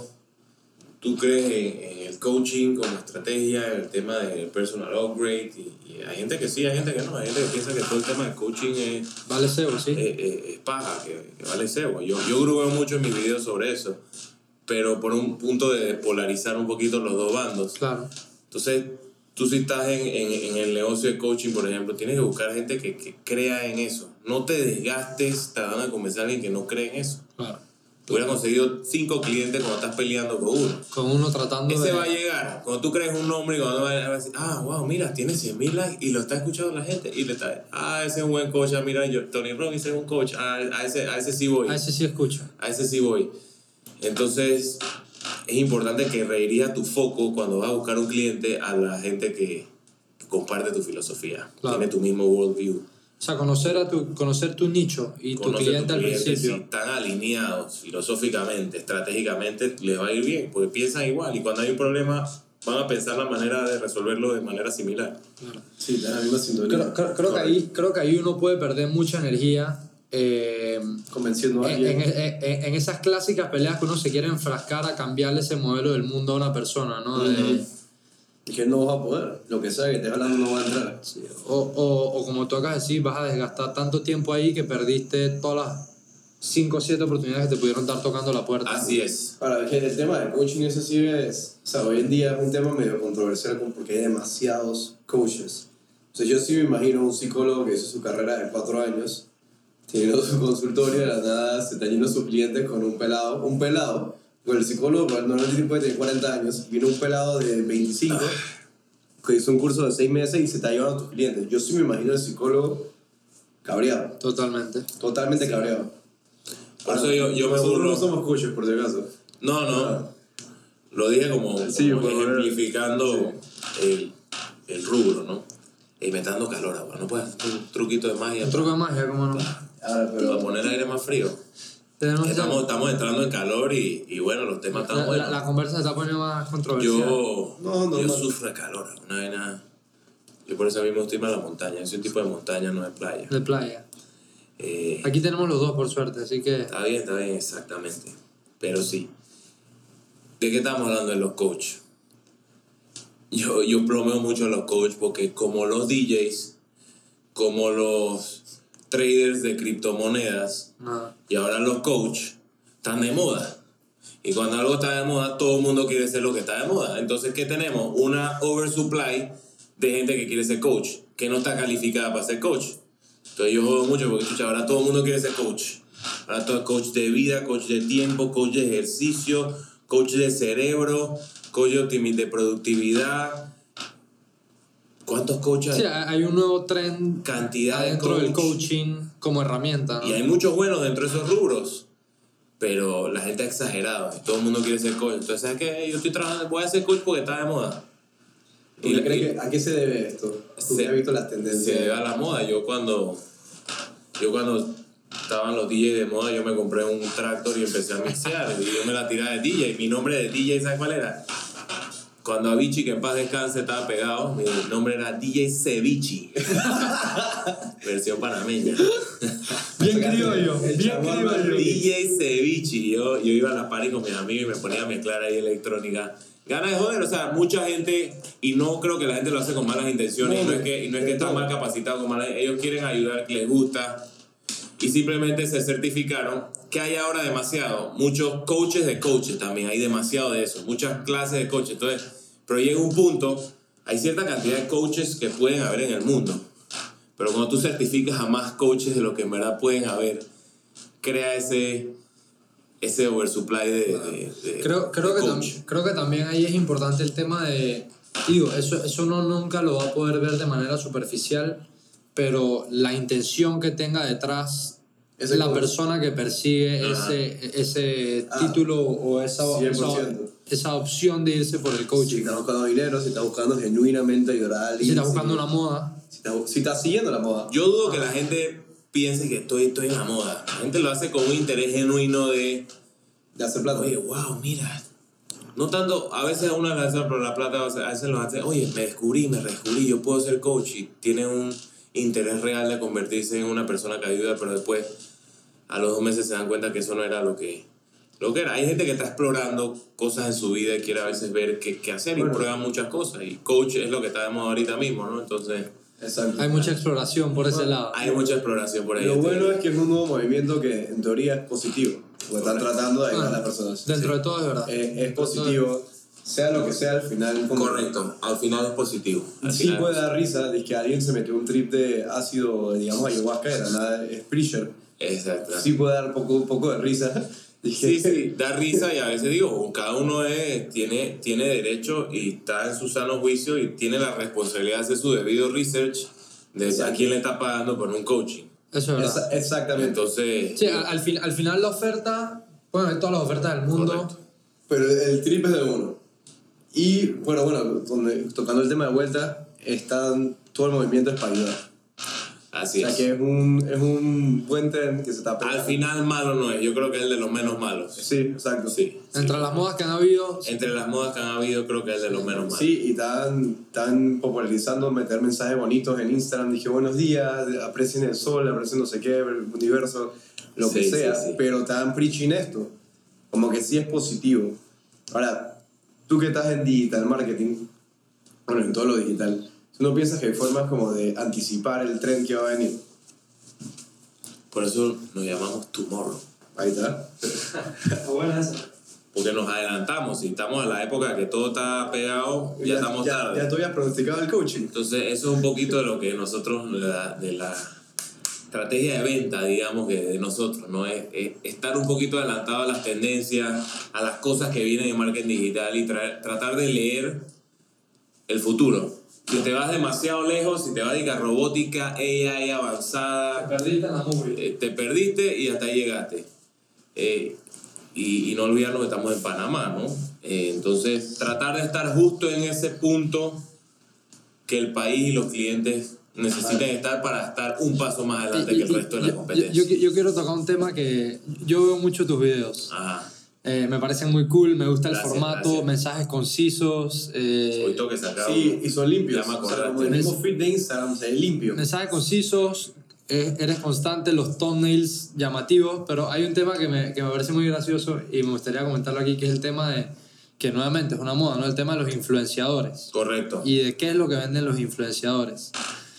Tú crees en, en el coaching como estrategia, en el tema del personal upgrade, y, y hay gente que sí, hay gente que no, hay gente que piensa que todo el tema del coaching es... Vale cebo, sí. Es, es, es paja, que, que vale cebo. Yo, yo grubeo mucho en mis videos sobre eso, pero por un punto de polarizar un poquito los dos bandos. Claro. Entonces, tú si estás en, en, en el negocio de coaching, por ejemplo, tienes que buscar gente que, que crea en eso. No te desgastes tratando de convencer a alguien que no cree en eso. Claro. Tú hubieras conseguido cinco clientes cuando estás peleando con uno. Con uno tratando Ese de... va a llegar. Cuando tú crees un nombre y cuando va a decir, ah, wow, mira, tiene cien mil likes y lo está escuchando la gente. Y le está, ah, ese es un buen coach. Ah, mira, yo, Tony Robbins es un coach. Ah, a, ese, a ese sí voy. A ese sí escucho. A ese sí voy. Entonces, es importante que redirijas tu foco cuando vas a buscar un cliente a la gente que comparte tu filosofía. Claro. Tiene tu mismo worldview. O sea, conocer, a tu, conocer tu nicho y tu cliente, tu cliente al principio. Si están alineados filosóficamente, estratégicamente, les va a ir bien, porque piensan igual y cuando hay un problema van a pensar la manera de resolverlo de manera similar. Claro. Sí, están en la misma sintonía. Creo, creo, creo, que ahí, creo que ahí uno puede perder mucha energía eh, convenciendo a alguien. En, en, en, en esas clásicas peleas que uno se quiere enfrascar a cambiarle ese modelo del mundo a una persona, ¿no? Uh-huh. De, que no vas a poder, lo que sea que estés hablando no va a entrar. Sí. O, o, o como tú acabas de decir, vas a desgastar tanto tiempo ahí que perdiste todas las cinco o siete oportunidades que te pudieron estar tocando la puerta. Así es. Para el tema del coaching, eso sí es, o sea, hoy en día es un tema medio controversial porque hay demasiados coaches. O sea, yo sí me imagino un psicólogo que hizo su carrera de cuatro años, teniendo su consultorio, de la nada se está yendo sus clientes con un pelado, un pelado. Bueno, el psicólogo normalmente puede tener cuarenta años y viene un pelado de veinticinco que hizo un curso de seis meses y se está llevando a tus clientes. Yo sí me imagino el psicólogo cabreado. Totalmente. Totalmente sí. cabreado. Por eso yo, yo me Nosotros burlo. no somos coaches, por si acaso. No, no. Lo dije como, sí, como por ejemplificando sí. el, el rubro, ¿no? Y me está dando calor ahora. No puedes hacer un truquito de magia. Un truco de magia, ¿cómo no? Ahora, pero... Para poner el aire más frío. Estamos, estamos entrando en calor y, y bueno, los temas están la, buenos. La, la conversa se está poniendo más controversial. Yo, no, no, yo no. sufro de calor. Una vena, yo por eso mismo estoy más en la montaña. Soy un tipo de montaña, no de playa. De playa. Eh, Aquí tenemos los dos, por suerte, así que... Está bien, está bien, exactamente. Pero sí. ¿De qué estamos hablando de los coaches? Yo, yo bromeo mucho a los coaches porque como los D Js, como los traders de criptomonedas Nada. y ahora los coaches están de moda. Y cuando algo está de moda, todo el mundo quiere ser lo que está de moda. Entonces, ¿qué tenemos? Una oversupply de gente que quiere ser coach, que no está calificada para ser coach. Entonces yo juego mucho porque escucha, ahora todo el mundo quiere ser coach. Ahora todo es coach de vida, coach de tiempo, coach de ejercicio, coach de cerebro, coach de productividad. ¿Cuántos coaches hay? Sí, hay un nuevo trend Cantidad dentro de del coach. coaching como herramienta, ¿no? Y hay muchos buenos dentro de esos rubros. Pero la gente ha exagerado y todo el mundo quiere ser coach. Entonces, ¿sabes qué? Yo estoy trabajando, voy a ser coach porque está de moda. ¿Y le cree que, a qué se debe esto? ¿Tú se, has visto las tendencias? Se debe a la moda. Yo cuando, yo cuando estaban los D Js de moda, yo me compré un tractor y empecé a mixear. Y yo me la tiraba de D J. Mi nombre de D J, ¿sabes cuál era? Cuando Avicii, que en paz descanse, estaba pegado, mi nombre era D J Ceviche. Versión panameña. Bien criollo, bien criollo. D J Ceviche. Yo, yo iba a las parties con mis amigos y me ponía a mezclar ahí electrónica. Gana de joder, o sea, mucha gente, y no creo que la gente lo hace con malas intenciones, no, y no es que, y no es que están mal capacitados con malas, ellos quieren ayudar, que les gusta, y simplemente se certificaron que hay ahora demasiado, muchos coaches de coaches también, hay demasiado de eso, muchas clases de coaches, entonces, pero llega un punto, hay cierta cantidad de coaches que pueden haber en el mundo, pero cuando tú certificas a más coaches de lo que en verdad pueden haber, crea ese... ese oversupply de, de, de creo, creo, de que coach. tam, creo que también ahí es importante el tema de, digo, eso, eso no nunca lo va a poder ver de manera superficial, pero la intención que tenga detrás es la coach. Persona que persigue Ajá. ese, ese ah, título o esa, esa, esa opción de irse por el coaching. Si está buscando dinero, si está buscando genuinamente ayudar a alguien. Si está buscando si, una moda. Si está, si está siguiendo la moda. Yo dudo ah. que la gente piense que estoy, estoy en la moda. La gente lo hace con un interés genuino de... De hacer plata. Oye, wow, mira. No tanto... A veces uno le hace por la plata, a veces lo hace... Oye, me descubrí, me descubrí, yo puedo ser coach. Y tiene un interés real de convertirse en una persona que ayuda, pero después a los dos meses se dan cuenta que eso no era lo que, lo que era. Hay gente que está explorando cosas en su vida y quiere a veces ver qué, qué hacer bueno. y prueba muchas cosas. Y coach es lo que está de moda ahorita mismo, ¿no? Entonces... Exacto. Hay mucha exploración por ese lado. Hay mucha exploración por ahí. Lo bueno es que es un nuevo movimiento que en teoría es positivo. Porque están tratando de ayudar ah, a las personas. Dentro sí. de todo es verdad. Eh, es positivo. Sea lo que sea, al final... Como correcto. Al final es positivo. Al sí final puede es dar risa de que alguien se metió un trip de ácido, digamos, ayahuasca, era nada, es Preacher. Exacto. Sí puede dar un poco, un poco de risa. Sí, sí, da risa y a veces digo, cada uno es, tiene, tiene derecho y está en su sano juicio y tiene la responsabilidad de hacer su debido research de Exacto. a quién le está pagando por un coaching. Eso es verdad. Esa, exactamente. Entonces... Sí, al, al, fin, al final la oferta, bueno, hay todas las ofertas del mundo. Correcto. Pero el trip es de uno. Y, bueno, bueno, donde, tocando el tema de vuelta, están, todo el movimiento es para ayudar. Así o sea es. que es un, es un buen tren que se está pegando. Al final malo no es, yo creo que es el de los menos malos. Sí, exacto. Sí, Entre sí. las modas que han habido... Entre las modas que han habido creo que es el de los menos malos. Sí, y están, están popularizando meter mensajes bonitos en Instagram. Dije, buenos días, aprecien el sol, aprecien no sé qué, el universo, lo sí, que sea. Sí, sí. Pero están preaching esto. Como que sí es positivo. Ahora, tú que estás en digital marketing, bueno, en todo lo digital, ¿tú no piensas que hay formas como de anticipar el tren que va a venir? Por eso nos llamamos Tomorrow. Ahí está. Buena esa. Porque nos adelantamos. Si estamos en la época que todo está pegado, ya, ya estamos ya, tarde. Ya tú habías pronosticado el coaching. Entonces, eso es un poquito de lo que nosotros, de la, de la estrategia de venta, digamos, que de nosotros, ¿no? Es, es estar un poquito adelantado a las tendencias, a las cosas que vienen en marketing digital y traer, tratar de leer el futuro. que te vas demasiado lejos, si te vas a robótica, A I avanzada, Te perdiste en la movie. eh, te perdiste y hasta ahí llegaste. Eh, y, y no olvidarnos que estamos en Panamá, ¿no? Eh, entonces, tratar de estar justo en ese punto que el país y los clientes necesitan estar para estar un paso más adelante Y- que el y- resto de yo- la competencia. Yo, yo, yo quiero tocar un tema que yo veo mucho tus videos. Ajá. Eh, me parecen muy cool, me gusta el Gracias, formato, gracias. mensajes concisos. eh, Hoy tengo que sacar Sí, uno. y son limpios. Ya me O sea, acordaste. como el mismo feed de Instagram, o sea, es limpio. mensajes concisos, eh, eres constante, los thumbnails llamativos, pero hay un tema que me, que me parece muy gracioso y me gustaría comentarlo aquí, que es el tema de, que nuevamente es una moda, ¿no? El tema de los influenciadores. Correcto. Y de qué es lo que venden los influenciadores.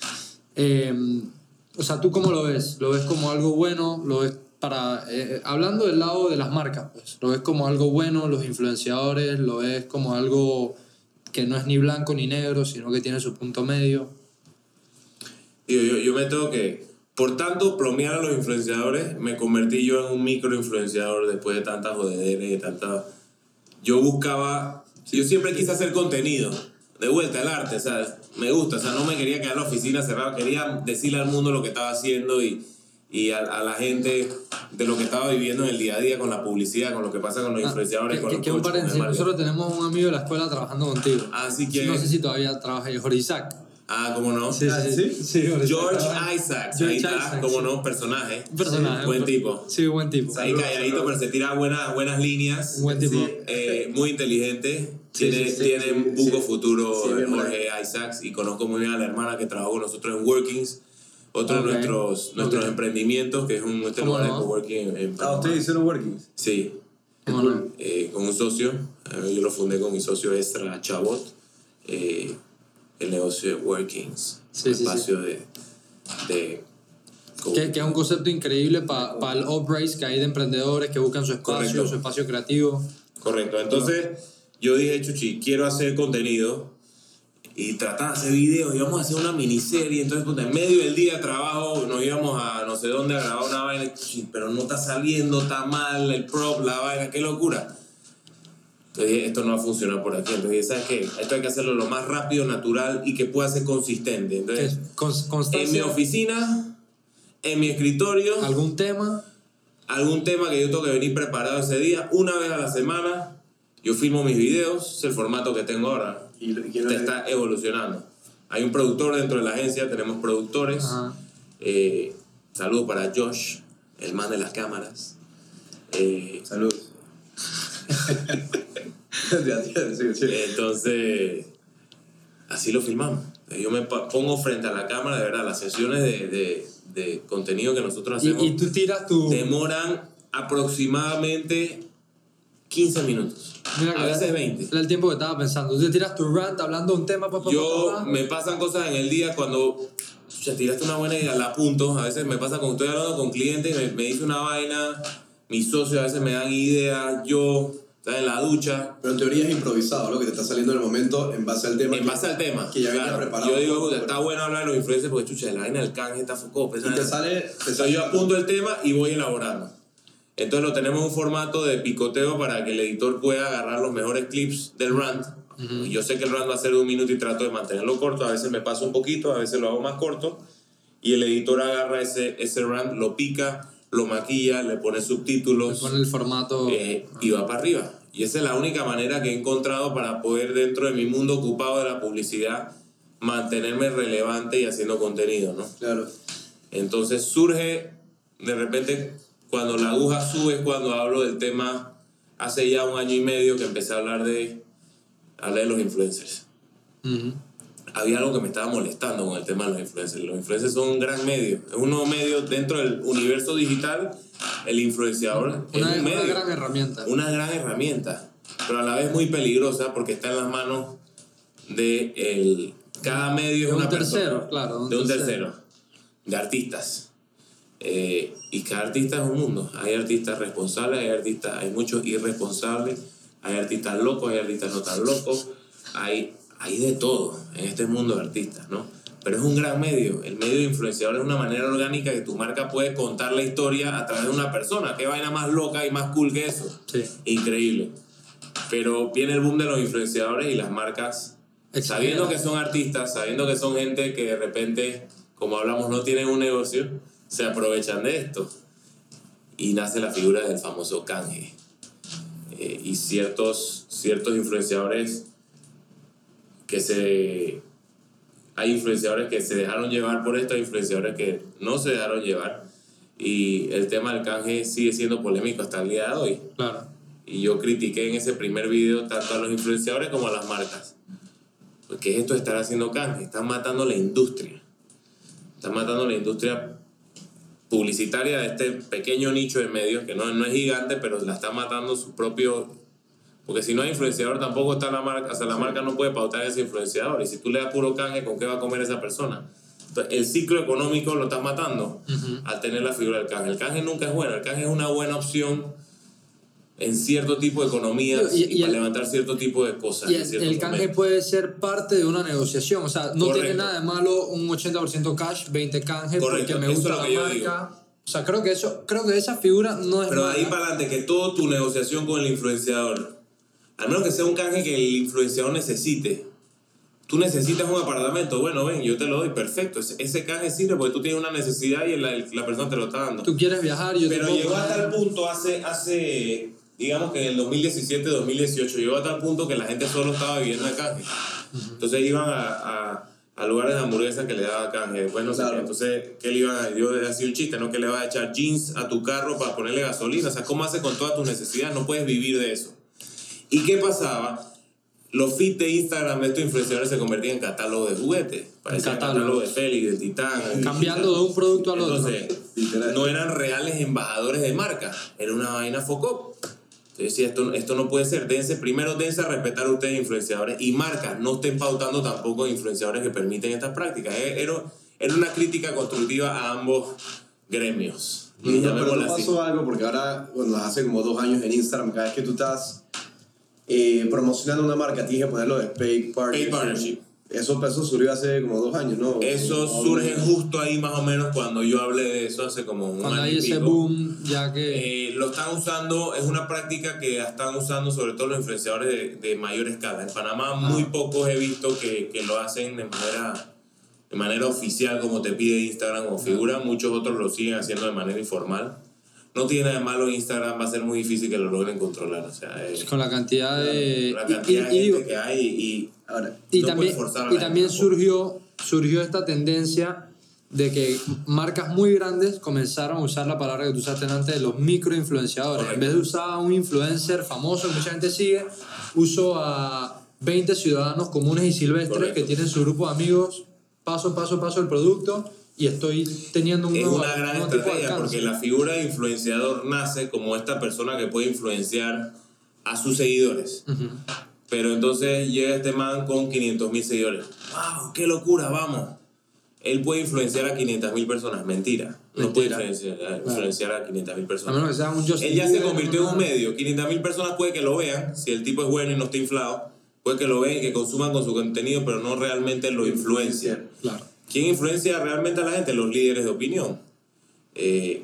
Eh, o sea, ¿tú cómo lo ves? ¿Lo ves como algo bueno? ¿Lo ves para... eh, hablando del lado de las marcas, pues, ¿lo ves como algo bueno los influenciadores? ¿Lo ves como algo que no es ni blanco ni negro, sino que tiene su punto medio? Digo, yo, yo me tengo que... Por tanto, plomear a los influenciadores, me convertí yo en un microinfluenciador después de tantas jodederes y de tanta... Yo buscaba... Yo siempre quise hacer contenido. De vuelta al arte, o sea, me gusta. O sea, no me quería quedar en la oficina cerrada. Quería decirle al mundo lo que estaba haciendo y, y a, a la gente de lo que estaba viviendo en el día a día con la publicidad, con lo que pasa con los influenciadores, que, con que, los que un coaches, con el paréntesis, marketing. nosotros tenemos un amigo de la escuela trabajando contigo. Ah, sí que... No sé si todavía trabaja ahí, Jorge Isaac. Ah, ¿cómo no? Sí, Ah, sí, ¿sí? sí. sí, Jorge George trabaja- Isaacs, George ahí está, Isaac, ¿cómo sí. no? Personaje. Un personaje. Sí, buen un- tipo. Sí, buen tipo. Ahí calladito, pero se tira buenas, buenas líneas. Un buen tipo. Sí. Eh, muy inteligente. Sí, Tiene, sí, sí, tiene sí, un buco sí. futuro Sí, bien Jorge Isaacs. Y conozco muy bien a la hermana que trabajó con nosotros en Workings. Otro Ok, de nuestros, nuestros ok. emprendimientos, que es un este ¿Cómo lugar no? de coworking en, en Ah, Panamá. ustedes hicieron workings. Sí, ¿Cómo no? eh, con un socio. Eh, yo lo fundé con mi socio Estra Chabot. Eh, el negocio de Workings. Sí, un sí, espacio de... de Que, que es un concepto increíble para el up-race que hay de emprendedores que buscan su espacio, Correcto. su espacio creativo. Correcto, entonces yo dije, Chuchi, quiero hacer contenido y tratar de hacer videos, íbamos a hacer una miniserie, entonces puta, en medio del día de trabajo nos íbamos a no sé dónde a grabar una vaina, Chuchi, pero no está saliendo, está mal, el prop, la vaina, qué locura. Entonces dije, esto no va a funcionar por aquí, entonces dije, ¿sabes qué? Esto hay que hacerlo lo más rápido, natural y que pueda ser consistente. Que Entonces, es cons- en mi constancia, oficina, en mi escritorio, algún tema. algún tema que yo tengo que venir preparado ese día, una vez a la semana, yo filmo mis videos, es el formato que tengo ahora, Y, y quién te lo- está evolucionando. Hay un productor dentro de la agencia, tenemos productores. Ajá. Eh, saludos para Josh, el man de las cámaras. Eh, Salud. Ya, ya, sí, sí. entonces, así lo filmamos. Yo me pa- pongo frente a la cámara, de verdad, las sesiones de, de, de contenido que nosotros Y, hacemos y tú tiras tu... demoran aproximadamente quince minutos. Mira que a veces era- veinte. Era el tiempo que estaba pensando. Tú te tiras tu rant hablando de un tema, papá, Yo me pasan cosas en el día cuando ya tiraste una buena idea, la apunto. A veces me pasa cuando estoy hablando con clientes, me, me dice una vaina, mis socios a veces me dan ideas, yo, ¿sabes? En la ducha, Pero en teoría es improvisado, lo que te está saliendo en el momento en base al tema. en que- base al tema. que ya venía claro. preparado. Yo digo, puta, está bueno hablar de los influencers porque chucha, la vaina del canje está foco. Y te sale... Te Entonces sale yo apunto el tema y voy elaborando. Entonces lo tenemos en un formato de picoteo para que el editor pueda agarrar los mejores clips del rant. Ujú. Yo sé que el rant va a ser de un minuto y trato de mantenerlo corto. A veces me paso un poquito, a veces lo hago más corto. Y el editor agarra ese, ese rant, lo pica, lo maquilla, le pone Le subtítulos pone el formato... eh, y va para arriba. Y esa es la única manera que he encontrado para poder, dentro de mi mundo ocupado de la publicidad, mantenerme relevante y haciendo contenido, ¿no? Claro. Entonces surge, de repente, cuando la aguja sube, es cuando hablo del tema, hace ya un año y medio que empecé a hablar de, hablar de los influencers. Ujú. Había algo que me estaba molestando con el tema de los influencers. Los influencers son un gran medio, es un nuevo medio dentro del universo digital. El influenciador es Una, un una medio, gran herramienta. una gran herramienta, pero a la vez muy peligrosa porque está en las manos de el, cada medio De es un una tercero, persona, claro, de un tercero, de artistas. Eh, y cada artista es un mundo. Hay artistas responsables, hay artistas, hay muchos irresponsables, hay artistas locos, hay artistas no tan locos, hay, hay de todo en este mundo de artistas, ¿no? Pero es un gran medio. El medio de influenciador es una manera orgánica que tu marca puede contar la historia a través de una persona. ¿Qué vaina más loca y más cool que eso? Sí. Increíble. Pero viene el boom de los influenciadores y las marcas sabiendo que son artistas, sabiendo que son gente que de repente, como hablamos, no tienen un negocio, se aprovechan de esto. Y nace la figura del famoso canje. Eh, y ciertos, ciertos influenciadores que se... Hay influenciadores que se dejaron llevar por esto, hay influenciadores que no se dejaron llevar. Y el tema del canje sigue siendo polémico hasta el día de hoy. Claro. Y yo critiqué en ese primer video tanto a los influenciadores como a las marcas. Porque esto de estar haciendo canje, están matando la industria. Están matando la industria publicitaria de este pequeño nicho de medios, que no, no es gigante, pero la está matando su propio... Porque si no hay influenciador, tampoco está la marca. O sea, la marca no puede pautar a ese influenciador. Y si tú le das puro canje, ¿con qué va a comer esa persona? Entonces, el ciclo económico lo estás matando uh-huh. al tener la figura del canje. El canje nunca es bueno. El canje es una buena opción en cierto tipo de economías y, y, y para el, levantar cierto tipo de cosas. Y el, el canje momento. Puede ser parte de una negociación. O sea, no Correcto. Tiene nada de malo un ochenta por ciento cash, veinte canje, Correcto. Porque me gusta la marca. Digo. O sea, creo que, eso, creo que esa figura no es Pero mala. Ahí para adelante, que toda tu negociación con el influenciador, al menos que sea un canje que el influenciador necesite. Tú necesitas un apartamento, bueno, ven, yo te lo doy, perfecto. Ese, ese canje sirve porque tú tienes una necesidad y la, la persona te lo está dando. Tú quieres viajar, yo Pero te llegó a tal punto hace, hace, digamos que en el dos mil diecisiete, dos mil dieciocho, llegó a tal punto que la gente solo estaba viviendo de canje. Uh-huh. Entonces iban a, a, a lugares de hamburguesas que le daban canje. Después no claro. sé qué. Entonces, ¿qué le iban a...? Yo hacía un chiste, ¿no? Que le vas a echar jeans a tu carro para ponerle gasolina. O sea, ¿cómo haces con todas tus necesidades? No puedes vivir de eso. ¿Y qué pasaba? Los feeds de Instagram de estos influenciadores se convertían en catálogos de juguetes. Parecía el catálogo de Félix, del Titán. Cambiando de un producto al otro. Entonces, no eran reales embajadores de marca. Era una vaina focop. Entonces, sí, esto, esto no puede ser. Dense, primero dense a respetar a ustedes influenciadores. Y marcas, no estén pautando tampoco influenciadores que permiten estas prácticas. Era, era una crítica constructiva a ambos gremios. Y no, pero no pasó algo porque ahora, bueno, hace como dos años en Instagram, cada vez que tú estás... Eh, promocionando una marca, tienes que ponerlo de paid partnership. partnership. Eso, eso surgió hace como dos años, ¿no? Eso no, surge no, justo ahí más o menos cuando yo hablé de eso hace como un cuando año hay ese pico. boom, ya que... Eh, lo están usando, es una práctica que están usando sobre todo los influenciadores de, de mayor escala. En Panamá ah. muy pocos he visto que, que lo hacen de manera, de manera oficial como te pide Instagram o figura. Ah. Muchos otros lo siguen haciendo de manera informal. No tiene nada de malo Instagram, va a ser muy difícil que lo logren controlar. O sea, eh, con la cantidad de... La cantidad y, y, de gente digo, que hay y, ahora, y no también, y también surgió, surgió esta tendencia de que marcas muy grandes comenzaron a usar la palabra que tú usaste antes de los microinfluenciadores. Correcto. En vez de usar a un influencer famoso que mucha gente sigue, uso a veinte ciudadanos comunes y silvestres Correcto. Que tienen su grupo de amigos, paso, paso, paso el producto... Y estoy teniendo un es nuevo, una gran nuevo estrategia porque la figura de influenciador nace como esta persona que puede influenciar a sus seguidores. Uh-huh. Pero entonces llega este man con quinientos mil seguidores. ¡Wow! ¡Qué locura! ¡Vamos! Él puede influenciar a quinientas mil personas. Mentira. No Mentira. puede influenciar, influenciar a quinientas mil personas. A menos que sea un Él ya se convirtió en un medio. quinientas mil personas puede que lo vean. Si el tipo es bueno y no está inflado, puede que lo vean y que consuman con su contenido, pero no realmente lo influencian. Claro. ¿Quién influencia realmente a la gente? Los líderes de opinión. Eh,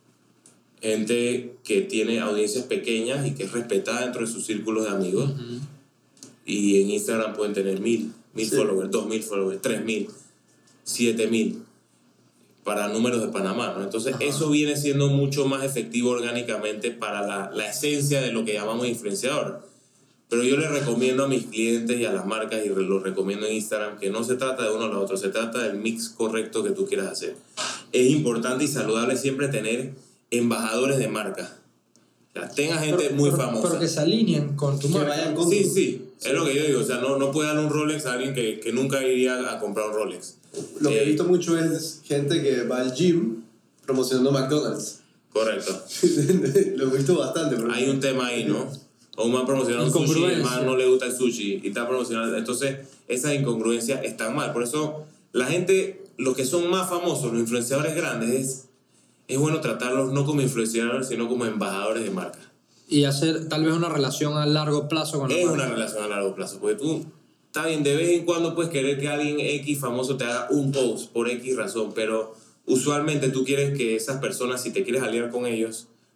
gente que tiene audiencias pequeñas y que es respetada dentro de sus círculos de amigos. Uh-huh. Y en Instagram pueden tener mil, mil sí. followers, dos mil followers, tres mil, siete mil. Para números de Panamá, ¿no? Entonces, uh-huh. eso viene siendo mucho más efectivo orgánicamente para la, la esencia de lo que llamamos influenciador. Pero yo les recomiendo a mis clientes y a las marcas, y lo recomiendo en Instagram, que no se trata de uno o lo otro, se trata del mix correcto que tú quieras hacer. Es importante y saludable siempre tener embajadores de marca. O sea, tenga gente pero, muy pero, famosa. Pero que se alineen con tu marca. Vayan con sí, tu... sí, sí, es lo que yo digo. O sea, no, no puede dar un Rolex a alguien que, que nunca iría a comprar un Rolex. Lo que eh, he visto mucho es gente que va al gym promocionando McDonald's. Correcto. Lo he visto bastante. Pero... Hay un tema ahí, ¿no? O un man promociona un sushi y el man no le gusta el sushi y está promocionando. Entonces, esas incongruencias están mal. Por eso, la gente, los que son más famosos, los influenciadores grandes, es, es bueno tratarlos no como influenciadores, sino como embajadores de marca. Y hacer tal vez una relación a largo plazo con la Es marca. una relación a largo plazo, porque tú, está bien, de vez en cuando puedes querer que alguien X famoso te haga un post por X razón, pero usualmente tú quieres que esas personas, si te quieres aliar con ellos,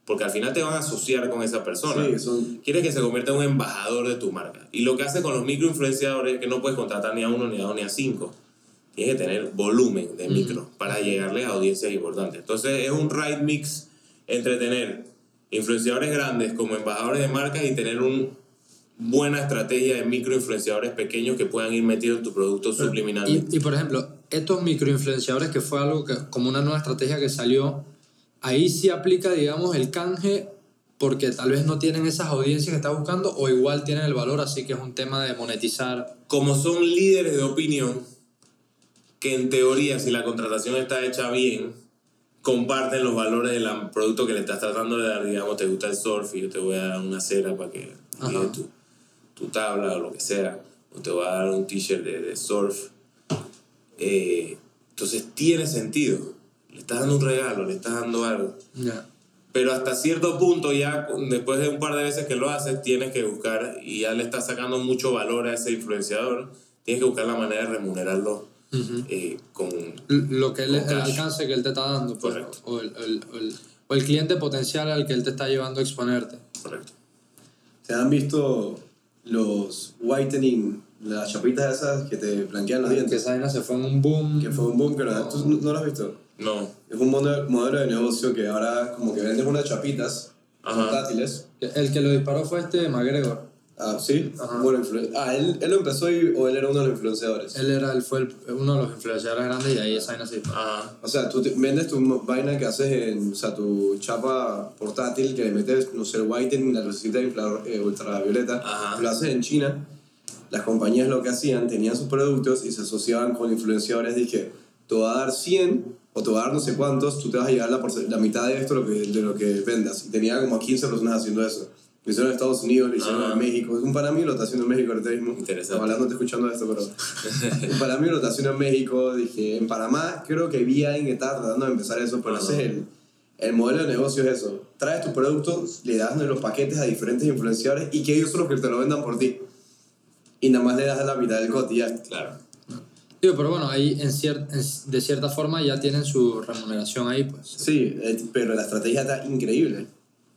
porque al final te van a asociar con esa persona. Sí, son... Quieres que se convierta en un embajador de tu marca. Y lo que hace con los microinfluenciadores es que no puedes contratar ni a uno, ni a dos, ni a cinco. Tienes que tener volumen de micro uh-huh. para llegarle a audiencias importantes. Entonces es un right mix entre tener influenciadores grandes como embajadores de marcas y tener una buena estrategia de microinfluenciadores pequeños que puedan ir metidos en tu producto subliminalmente. Y, y por ejemplo, estos microinfluenciadores, que fue algo que, como una nueva estrategia que salió, ahí sí aplica, digamos, el canje porque tal vez no tienen esas audiencias que estás buscando o igual tienen el valor, así que es un tema de monetizar. Como son líderes de opinión, que en teoría, si la contratación está hecha bien, comparten los valores del producto que le estás tratando de dar. Digamos, te gusta el surf y yo te voy a dar una cera para que guíes tu, tu tabla o lo que sea, o te voy a dar un t-shirt de, de surf. Eh, entonces tiene sentido. Le estás dando un regalo, le estás dando algo. Yeah. Pero hasta cierto punto, ya después de un par de veces que lo haces, tienes que buscar, y ya le estás sacando mucho valor a ese influenciador, tienes que buscar la manera de remunerarlo. Uh-huh. Eh, con lo que él, el alcance que él te está dando, pues, o, el, el, el, o el cliente potencial al que él te está llevando a exponerte. Correcto. ¿Se han visto los whitening, las chapitas esas que te blanquean los dientes? Que esa vaina se fue en un boom. Que fue un boom, que no. ¿Tú no, no lo has visto? No. Es un modelo, modelo de negocio que ahora como que vendes unas chapitas portátiles. El que lo disparó fue este McGregor. Ah, ¿sí? Ajá. Bueno, influ- ah, ¿él, ¿él lo empezó y, o él era uno de los influenciadores? Él, era, él fue el, uno de los influenciadores grandes y ahí esa vaina se disparó. Ajá. O sea, tú te, vendes tu vaina que haces en, o sea, tu chapa portátil que le metes, no sé, el whitening, la lucecita infra, eh, ultravioleta. Ajá. Lo haces en China. Las compañías lo que hacían, tenían sus productos y se asociaban con influenciadores. Dije, te voy a dar cien o te voy a dar no sé cuántos, tú te vas a llevar la, la mitad de esto lo que, de lo que vendas. Y tenía como quince personas haciendo eso. Lo hicieron en Estados Unidos, lo hicieron ah. en México. Un pana mío lo está haciendo en México ahorita mismo. Interesante. Ojalá no esté escuchando esto, pero... un pana mío lo está haciendo en México. Dije, en Panamá creo que vi a alguien que estaba tratando de empezar eso, pero uh-huh. ese es el, el modelo de negocio es eso. Traes tu producto, le das los paquetes a diferentes influenciadores y que ellos son los que te lo vendan por ti. Y nada más le das la mitad del cote ya. Claro. Digo, pero bueno, ahí en cier- en, de cierta forma ya tienen su remuneración ahí, pues. Sí, pero la estrategia está increíble.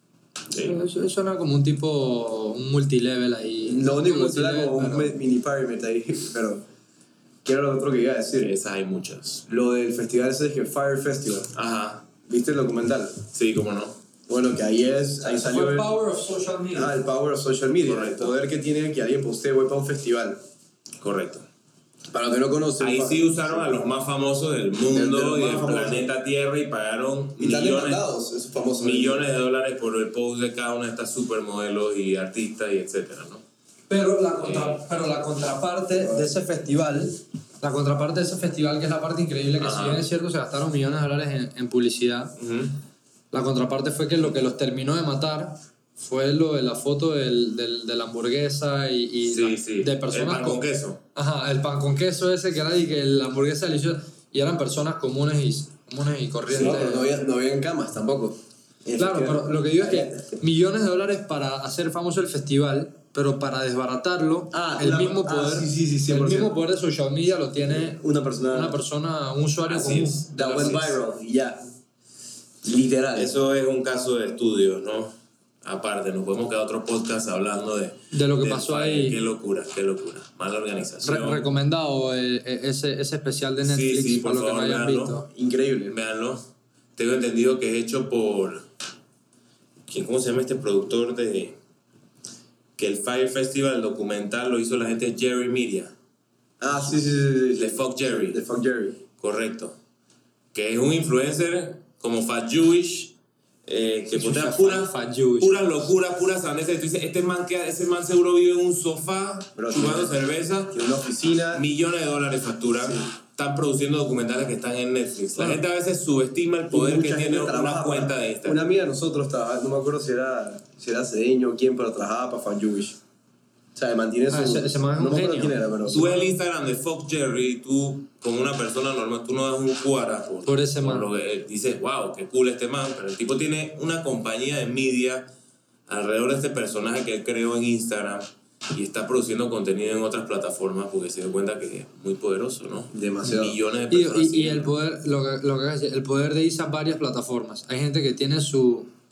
Sí. Eso suena como un tipo, un multilevel ahí. Lo único que suena como un pero... mini pyramid ahí, pero quiero lo otro que iba a decir. Sí, esas hay muchas. Lo del festival ese es que Fire Festival. Ajá. ¿Viste el documental? Sí, cómo no. Bueno, que ahí es, ahí salió el el power of social media. Ah, el power of social media. Correcto. El poder que tiene que alguien postee voy para un festival. Correcto. Para los que no conocen. Ahí sí usaron a los más famosos del mundo y del famosos. planeta Tierra y pagaron y millones, esos famosos millones de dólares por el post de cada una de estas supermodelos y artistas y etcétera, ¿no? Pero la, contra, eh. pero la contraparte de ese festival, la contraparte de ese festival, que es la parte increíble, que Ajá. si bien es cierto se gastaron millones de dólares en, en publicidad, uh-huh. la contraparte fue que lo que los terminó de matar fue lo de la foto del, del, de la hamburguesa y, y sí, la, sí. de personas el pan con, con queso. Ajá, el pan con queso ese que era y que la hamburguesa deliciosa, y eran personas comunes y, comunes y corrientes. No, pero no había, no había en camas tampoco. Claro, pero lo que digo es que millones de dólares para hacer famoso el festival, pero para desbaratarlo, ah, el, la, mismo poder, ah, sí, sí, sí, el mismo poder de social media lo tiene una persona, una persona un usuario así común. Es, that went viral, y ya. Literal. Eso es un caso de estudio, ¿no? Aparte, nos podemos quedar otro podcast hablando de, de lo que de pasó fire. ahí. Qué locura, qué locura. Mala organización. Re- recomendado eh, ese, ese especial de Netflix, sí, sí, para los que no hayan véanlo. visto. Increíble. Véanlo. Tengo entendido que es hecho por... ¿quién, ¿Cómo se llama este productor de...? Que el Fire Festival, el documental, lo hizo la gente de Jerry Media. Ah, sí, sí, sí. sí. De Fuck Jerry. De Fuck Jerry. Correcto. Que es un influencer como Fat Jewish... Eh, que putea puras pura locuras, puras sandeces. Tú dices, este man, que, ese man seguro vive en un sofá, chupando cerveza, en una oficina, millones de dólares facturan. Sí. Están produciendo documentales que están en Netflix. La bueno, gente a veces subestima el poder que tiene una cuenta de Instagram. Una amiga de nosotros estaba, no me acuerdo si era, si era cedeño o quién, pero trabajaba para Fan Jewish. O sea, mantiene su... Ah, ese, ese man es no un me acuerdo genio. quién era, pero... Tú ves el Instagram de Fuck Jerry, tú, como una persona normal, tú no das un cuara por, por ese man. Por lo que dices, wow, qué cool este man. Pero el tipo tiene una compañía de media alrededor de este personaje que él creó en Instagram y está produciendo contenido en otras plataformas porque se dio cuenta que es muy poderoso, ¿no? Demasiado. Millones de personas. Y, y, y el poder, lo que, lo que es, el poder de irse a varias plataformas. Hay gente que tiene su...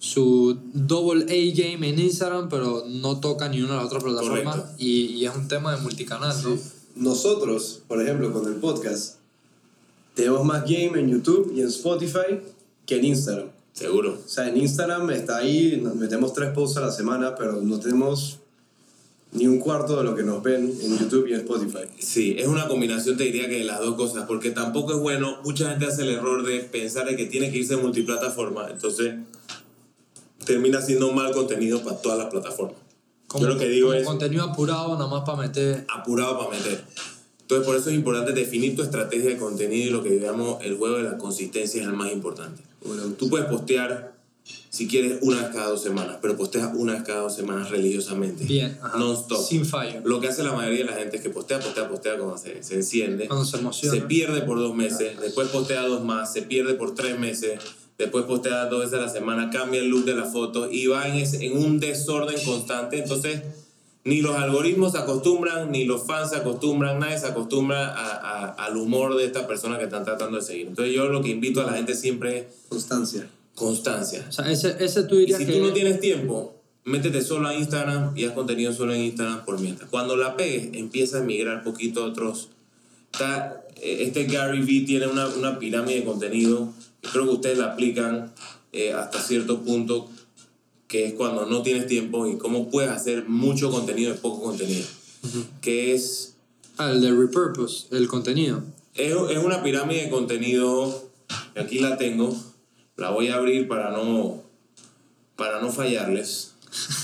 su double A game en Instagram, pero no toca ni una de las otras plataformas. Correcto. Y, y es un tema de multicanal, ¿no? Sí. Nosotros, por ejemplo, con el podcast, tenemos más game en YouTube y en Spotify que en Instagram. Seguro. O sea, en Instagram está ahí, nos metemos tres posts a la semana, pero no tenemos ni un cuarto de lo que nos ven en YouTube y en Spotify. Sí, es una combinación, te diría, que de las dos cosas, porque tampoco es bueno, mucha gente hace el error de pensar de que tiene que irse multiplataforma, entonces termina siendo mal contenido para todas las plataformas. Como, Yo lo que digo como es contenido apurado, nada más para meter. apurado para meter. Entonces por eso es importante definir tu estrategia de contenido y lo que digamos el juego de la consistencia es el más importante. Bueno, Tú puedes postear si quieres una vez cada dos semanas, pero posteas una vez cada dos semanas religiosamente. Bien, ajá. Non-stop. Sin fallo. Lo que hace la mayoría de la gente es que postea, postea, postea cuando se, se enciende. Cuando se emociona. Se pierde por dos meses, después postea dos más, se pierde por tres meses, después postea dos veces a la semana, cambia el look de la foto y va en, ese, en un desorden constante. Entonces, ni los algoritmos se acostumbran, ni los fans se acostumbran, nadie se acostumbra a, a, al humor de esta persona que están tratando de seguir. Entonces, yo lo que invito a la gente siempre es constancia. constancia. O sea, ese, ese tú Y dirías si que... tú no tienes tiempo, métete solo a Instagram y haz contenido solo en Instagram por mientras. Cuando la pegues, empieza a migrar poquito a otros. Está, este Gary Vee tiene una, una pirámide de contenido que creo que ustedes la aplican eh, hasta cierto punto, que es cuando no tienes tiempo y cómo puedes hacer mucho contenido de poco contenido. Uh-huh. Que es... Ah, el de repurpose, el contenido. Es, es una pirámide de contenido, aquí la tengo, la voy a abrir para no, para no fallarles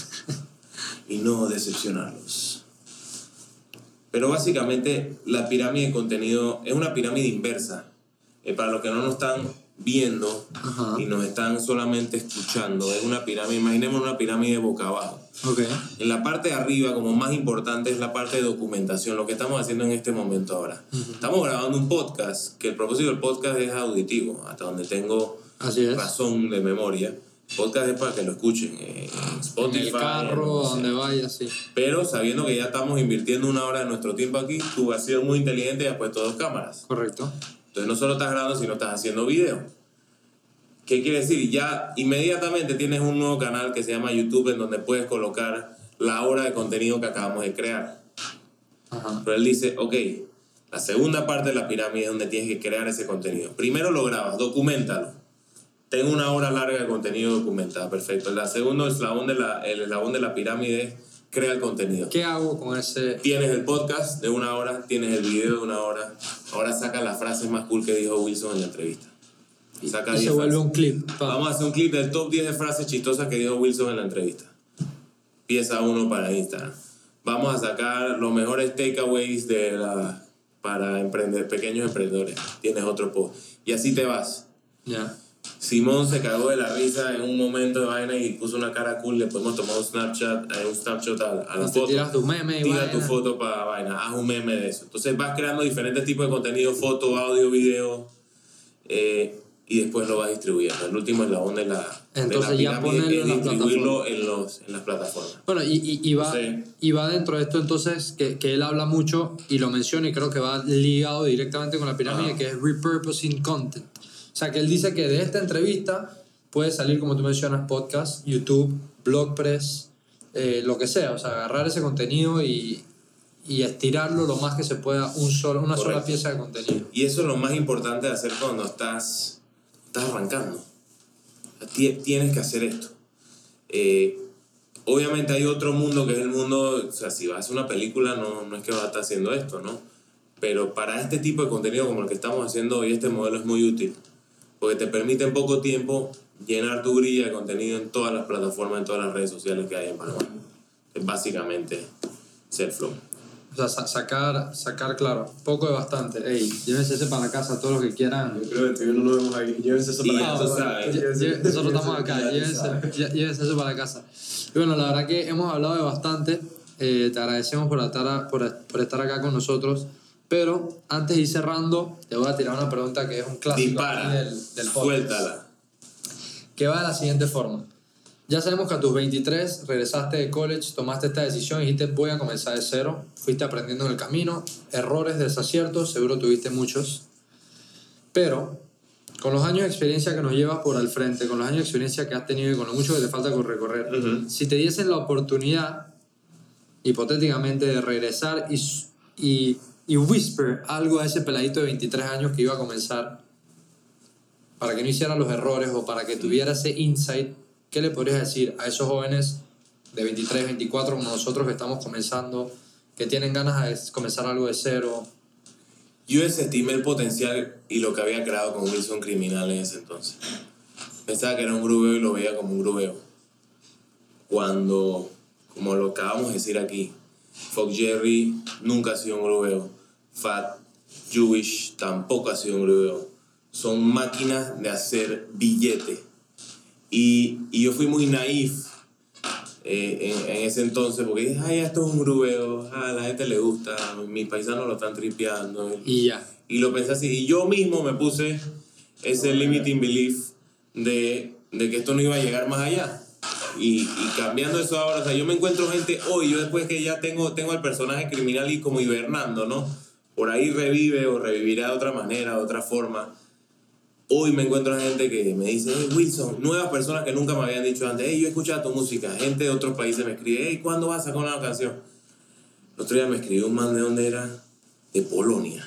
y no decepcionarlos. Pero básicamente la pirámide de contenido es una pirámide inversa. Eh, para los que no nos están viendo Ajá. y nos están solamente escuchando, es una pirámide, imaginemos una pirámide boca abajo. Ok. En la parte de arriba, como más importante, es la parte de documentación, lo que estamos haciendo en este momento ahora. Uh-huh. Estamos grabando un podcast, que el propósito del podcast es auditivo, hasta donde tengo Así es. razón de memoria. Podcast es para que lo escuchen eh, en Spotify. En el carro, en, o sea, donde vaya, sí. Pero sabiendo que ya estamos invirtiendo una hora de nuestro tiempo aquí, tú has sido muy inteligente y has puesto dos cámaras. Correcto. Entonces no solo estás grabando, sino estás haciendo video. ¿Qué quiere decir? Ya inmediatamente tienes un nuevo canal que se llama YouTube, en donde puedes colocar la hora de contenido que acabamos de crear. Ajá. Pero él dice, ok, la segunda parte de la pirámide es donde tienes que crear ese contenido. Primero lo grabas, documentalo. Tengo una hora larga de contenido documentado, perfecto. El segundo eslabón de la, el eslabón de la pirámide es crea el contenido. ¿Qué hago con ese? Tienes el podcast de una hora, tienes el video de una hora. Ahora saca las frases más cool que dijo Wilson en la entrevista. Y, saca y se frases. vuelve un clip. Pa. Vamos a hacer un clip del top diez de frases chistosas que dijo Wilson en la entrevista. Pieza uno para Instagram. Vamos a sacar los mejores takeaways de la, para emprender, pequeños emprendedores. Tienes otro post. Y así te vas. Ya. Yeah. Simón se cagó de la risa en un momento de vaina y puso una cara cool. Le podemos tomar un Snapchat, un Snapshot a, a la Te foto. tiras tu meme y Tira vaina. tu foto para vaina. Haz un meme de eso. Entonces vas creando diferentes tipos de contenido: foto, audio, video. Eh, y después lo vas distribuyendo. El último eslabón de la, Entonces, de la ya pirámide ponerlo es en las distribuirlo en, los, en las plataformas. Bueno, y, y, y, va, Sí. y va dentro de esto entonces que, que él habla mucho y lo menciona y creo que va ligado directamente con la pirámide, Ah. que es repurposing content. O sea, que él dice que de esta entrevista puede salir, como tú mencionas, podcast, YouTube, BlogPress, eh, lo que sea. O sea, agarrar ese contenido y, y estirarlo lo más que se pueda, un solo, una Correcto. sola pieza de contenido. Y eso es lo más importante de hacer cuando estás, estás arrancando. Tienes que hacer esto. Eh, obviamente hay otro mundo que es el mundo, o sea, si vas a hacer una película no, no es que vas a estar haciendo esto, ¿no? Pero para este tipo de contenido como el que estamos haciendo hoy, este modelo es muy útil, porque te permite en poco tiempo llenar tu grilla de contenido en todas las plataformas, en todas las redes sociales que hay en Panamá. Es básicamente ser flow. O sea, sa- sacar, sacar, claro, poco de bastante. Ey, llévense ese para la casa, todos los que quieran. Yo creo que no nos vemos ahí. Llévense eso Y para ya la tú casa. sabes. Lle- lle- Nosotros estamos acá, Ya tú llévense, sabes. lle- llévense eso para la casa. Y bueno, la verdad que hemos hablado de bastante. Eh, te agradecemos por estar, a- por, por estar acá con nosotros. Pero antes de ir cerrando, te voy a tirar una pregunta que es un clásico Dispara, aquí del, del podcast. suéltala. Que va de la siguiente forma. Ya sabemos que a tus veintitrés regresaste de college, tomaste esta decisión y dijiste voy a comenzar de cero. Fuiste aprendiendo en el camino, errores, desaciertos, seguro tuviste muchos. Pero con los años de experiencia que nos llevas por al frente, con los años de experiencia que has tenido y con lo mucho que te falta por recorrer, Uh-huh. si te diesen la oportunidad, hipotéticamente, de regresar y, y, y whisper algo a ese peladito de veintitrés años que iba a comenzar, para que no hiciera los errores o para que tuviera ese insight, ¿qué le podrías decir a esos jóvenes de veintitrés, veinticuatro como nosotros que estamos comenzando, que tienen ganas de comenzar algo de cero? Yo desestimé el potencial y lo que había creado con Wilson Criminal en ese entonces. Pensaba que era un grubeo y lo veía como un grubeo. Cuando, como lo acabamos de decir aquí, Fuck Jerry nunca ha sido un grubeo. Fat Jewish tampoco ha sido un grubeo. Son máquinas de hacer billete. Y, y yo fui muy naif eh, en, en ese entonces porque dije, ay, esto es un grubeo, a la gente le gusta, mis paisanos lo están tripeando. Y ya. Y lo pensé así. Y yo mismo me puse ese limiting belief de, de que esto no iba a llegar más allá. Y, y cambiando eso ahora, o sea, yo me encuentro gente hoy, yo después que ya tengo, tengo al personaje criminal y como hibernando, ¿no? Por ahí revive o revivirá de otra manera, de otra forma. Hoy me encuentro gente que me dice, hey, Wilson, nuevas personas que nunca me habían dicho antes, hey, yo he escuchado tu música. Gente de otros países me escribe, hey, ¿cuándo vas a sacar una canción? El otro día me escribió un man de dónde era, de Polonia.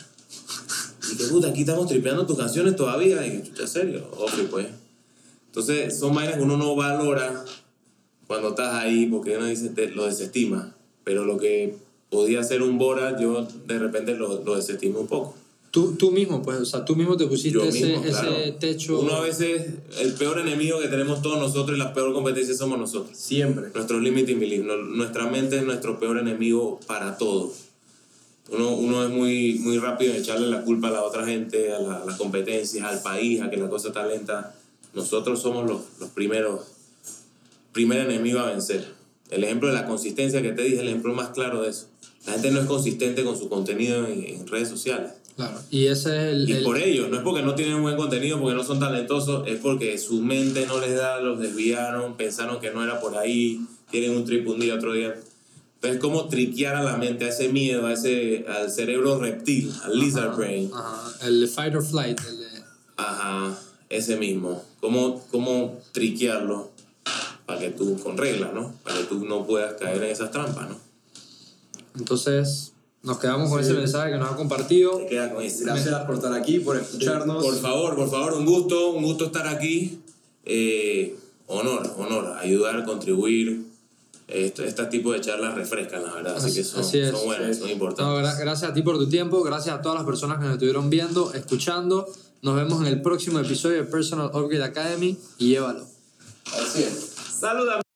Y que puta, aquí estamos tripeando tus canciones todavía. Y que, chucha, ¿en serio? Obvio, pues. Entonces, son vainas que uno no valora cuando estás ahí, porque uno dice, te, lo desestima. Pero lo que podía ser un Borat, yo de repente lo, lo desestimo un poco. Tú, tú mismo, pues, o sea, tú mismo te pusiste Yo ese, mismo, claro. ese techo. Uno a veces, el peor enemigo que tenemos todos nosotros y la peor competencia somos nosotros. Siempre. Nuestros limiting beliefs. Nuestra mente es nuestro peor enemigo para todo. Uno, uno es muy, muy rápido en echarle la culpa a la otra gente, a, la, a las competencias, al país, a que la cosa está lenta. Nosotros somos los, los primeros, primer enemigo a vencer. El ejemplo de la consistencia que te dije, el ejemplo más claro de eso. La gente no es consistente con su contenido en, en redes sociales. Claro, y ese es el... Y el... por ello, no es porque no tienen buen contenido, porque no son talentosos, es porque su mente no les da, los desviaron, pensaron que no era por ahí, tienen un trip un día, otro día. Entonces, ¿cómo triquear a la mente, a ese miedo, a ese, al cerebro reptil, al lizard Ajá, brain? Ajá, el fight or flight. El de... Ajá, ese mismo. ¿Cómo, cómo triquearlo para que tú, con reglas, ¿no? Para que tú no puedas caer en esas trampas, ¿no? Entonces... Nos quedamos con Sí. ese mensaje que nos ha compartido. Te queda con ese. Gracias por estar aquí, por escucharnos. Por favor, por favor, un gusto, un gusto estar aquí. Eh, honor, honor, ayudar, contribuir. Este, este tipo de charlas refrescan, la verdad. Así, Así- que son, así es. son buenas, Sí. son No, importantes. gra- gracias a ti por tu tiempo, gracias a todas las personas que nos estuvieron viendo, escuchando. Nos vemos en el próximo episodio de Personal Upgrade Academy y llévalo. Así es. Saluda.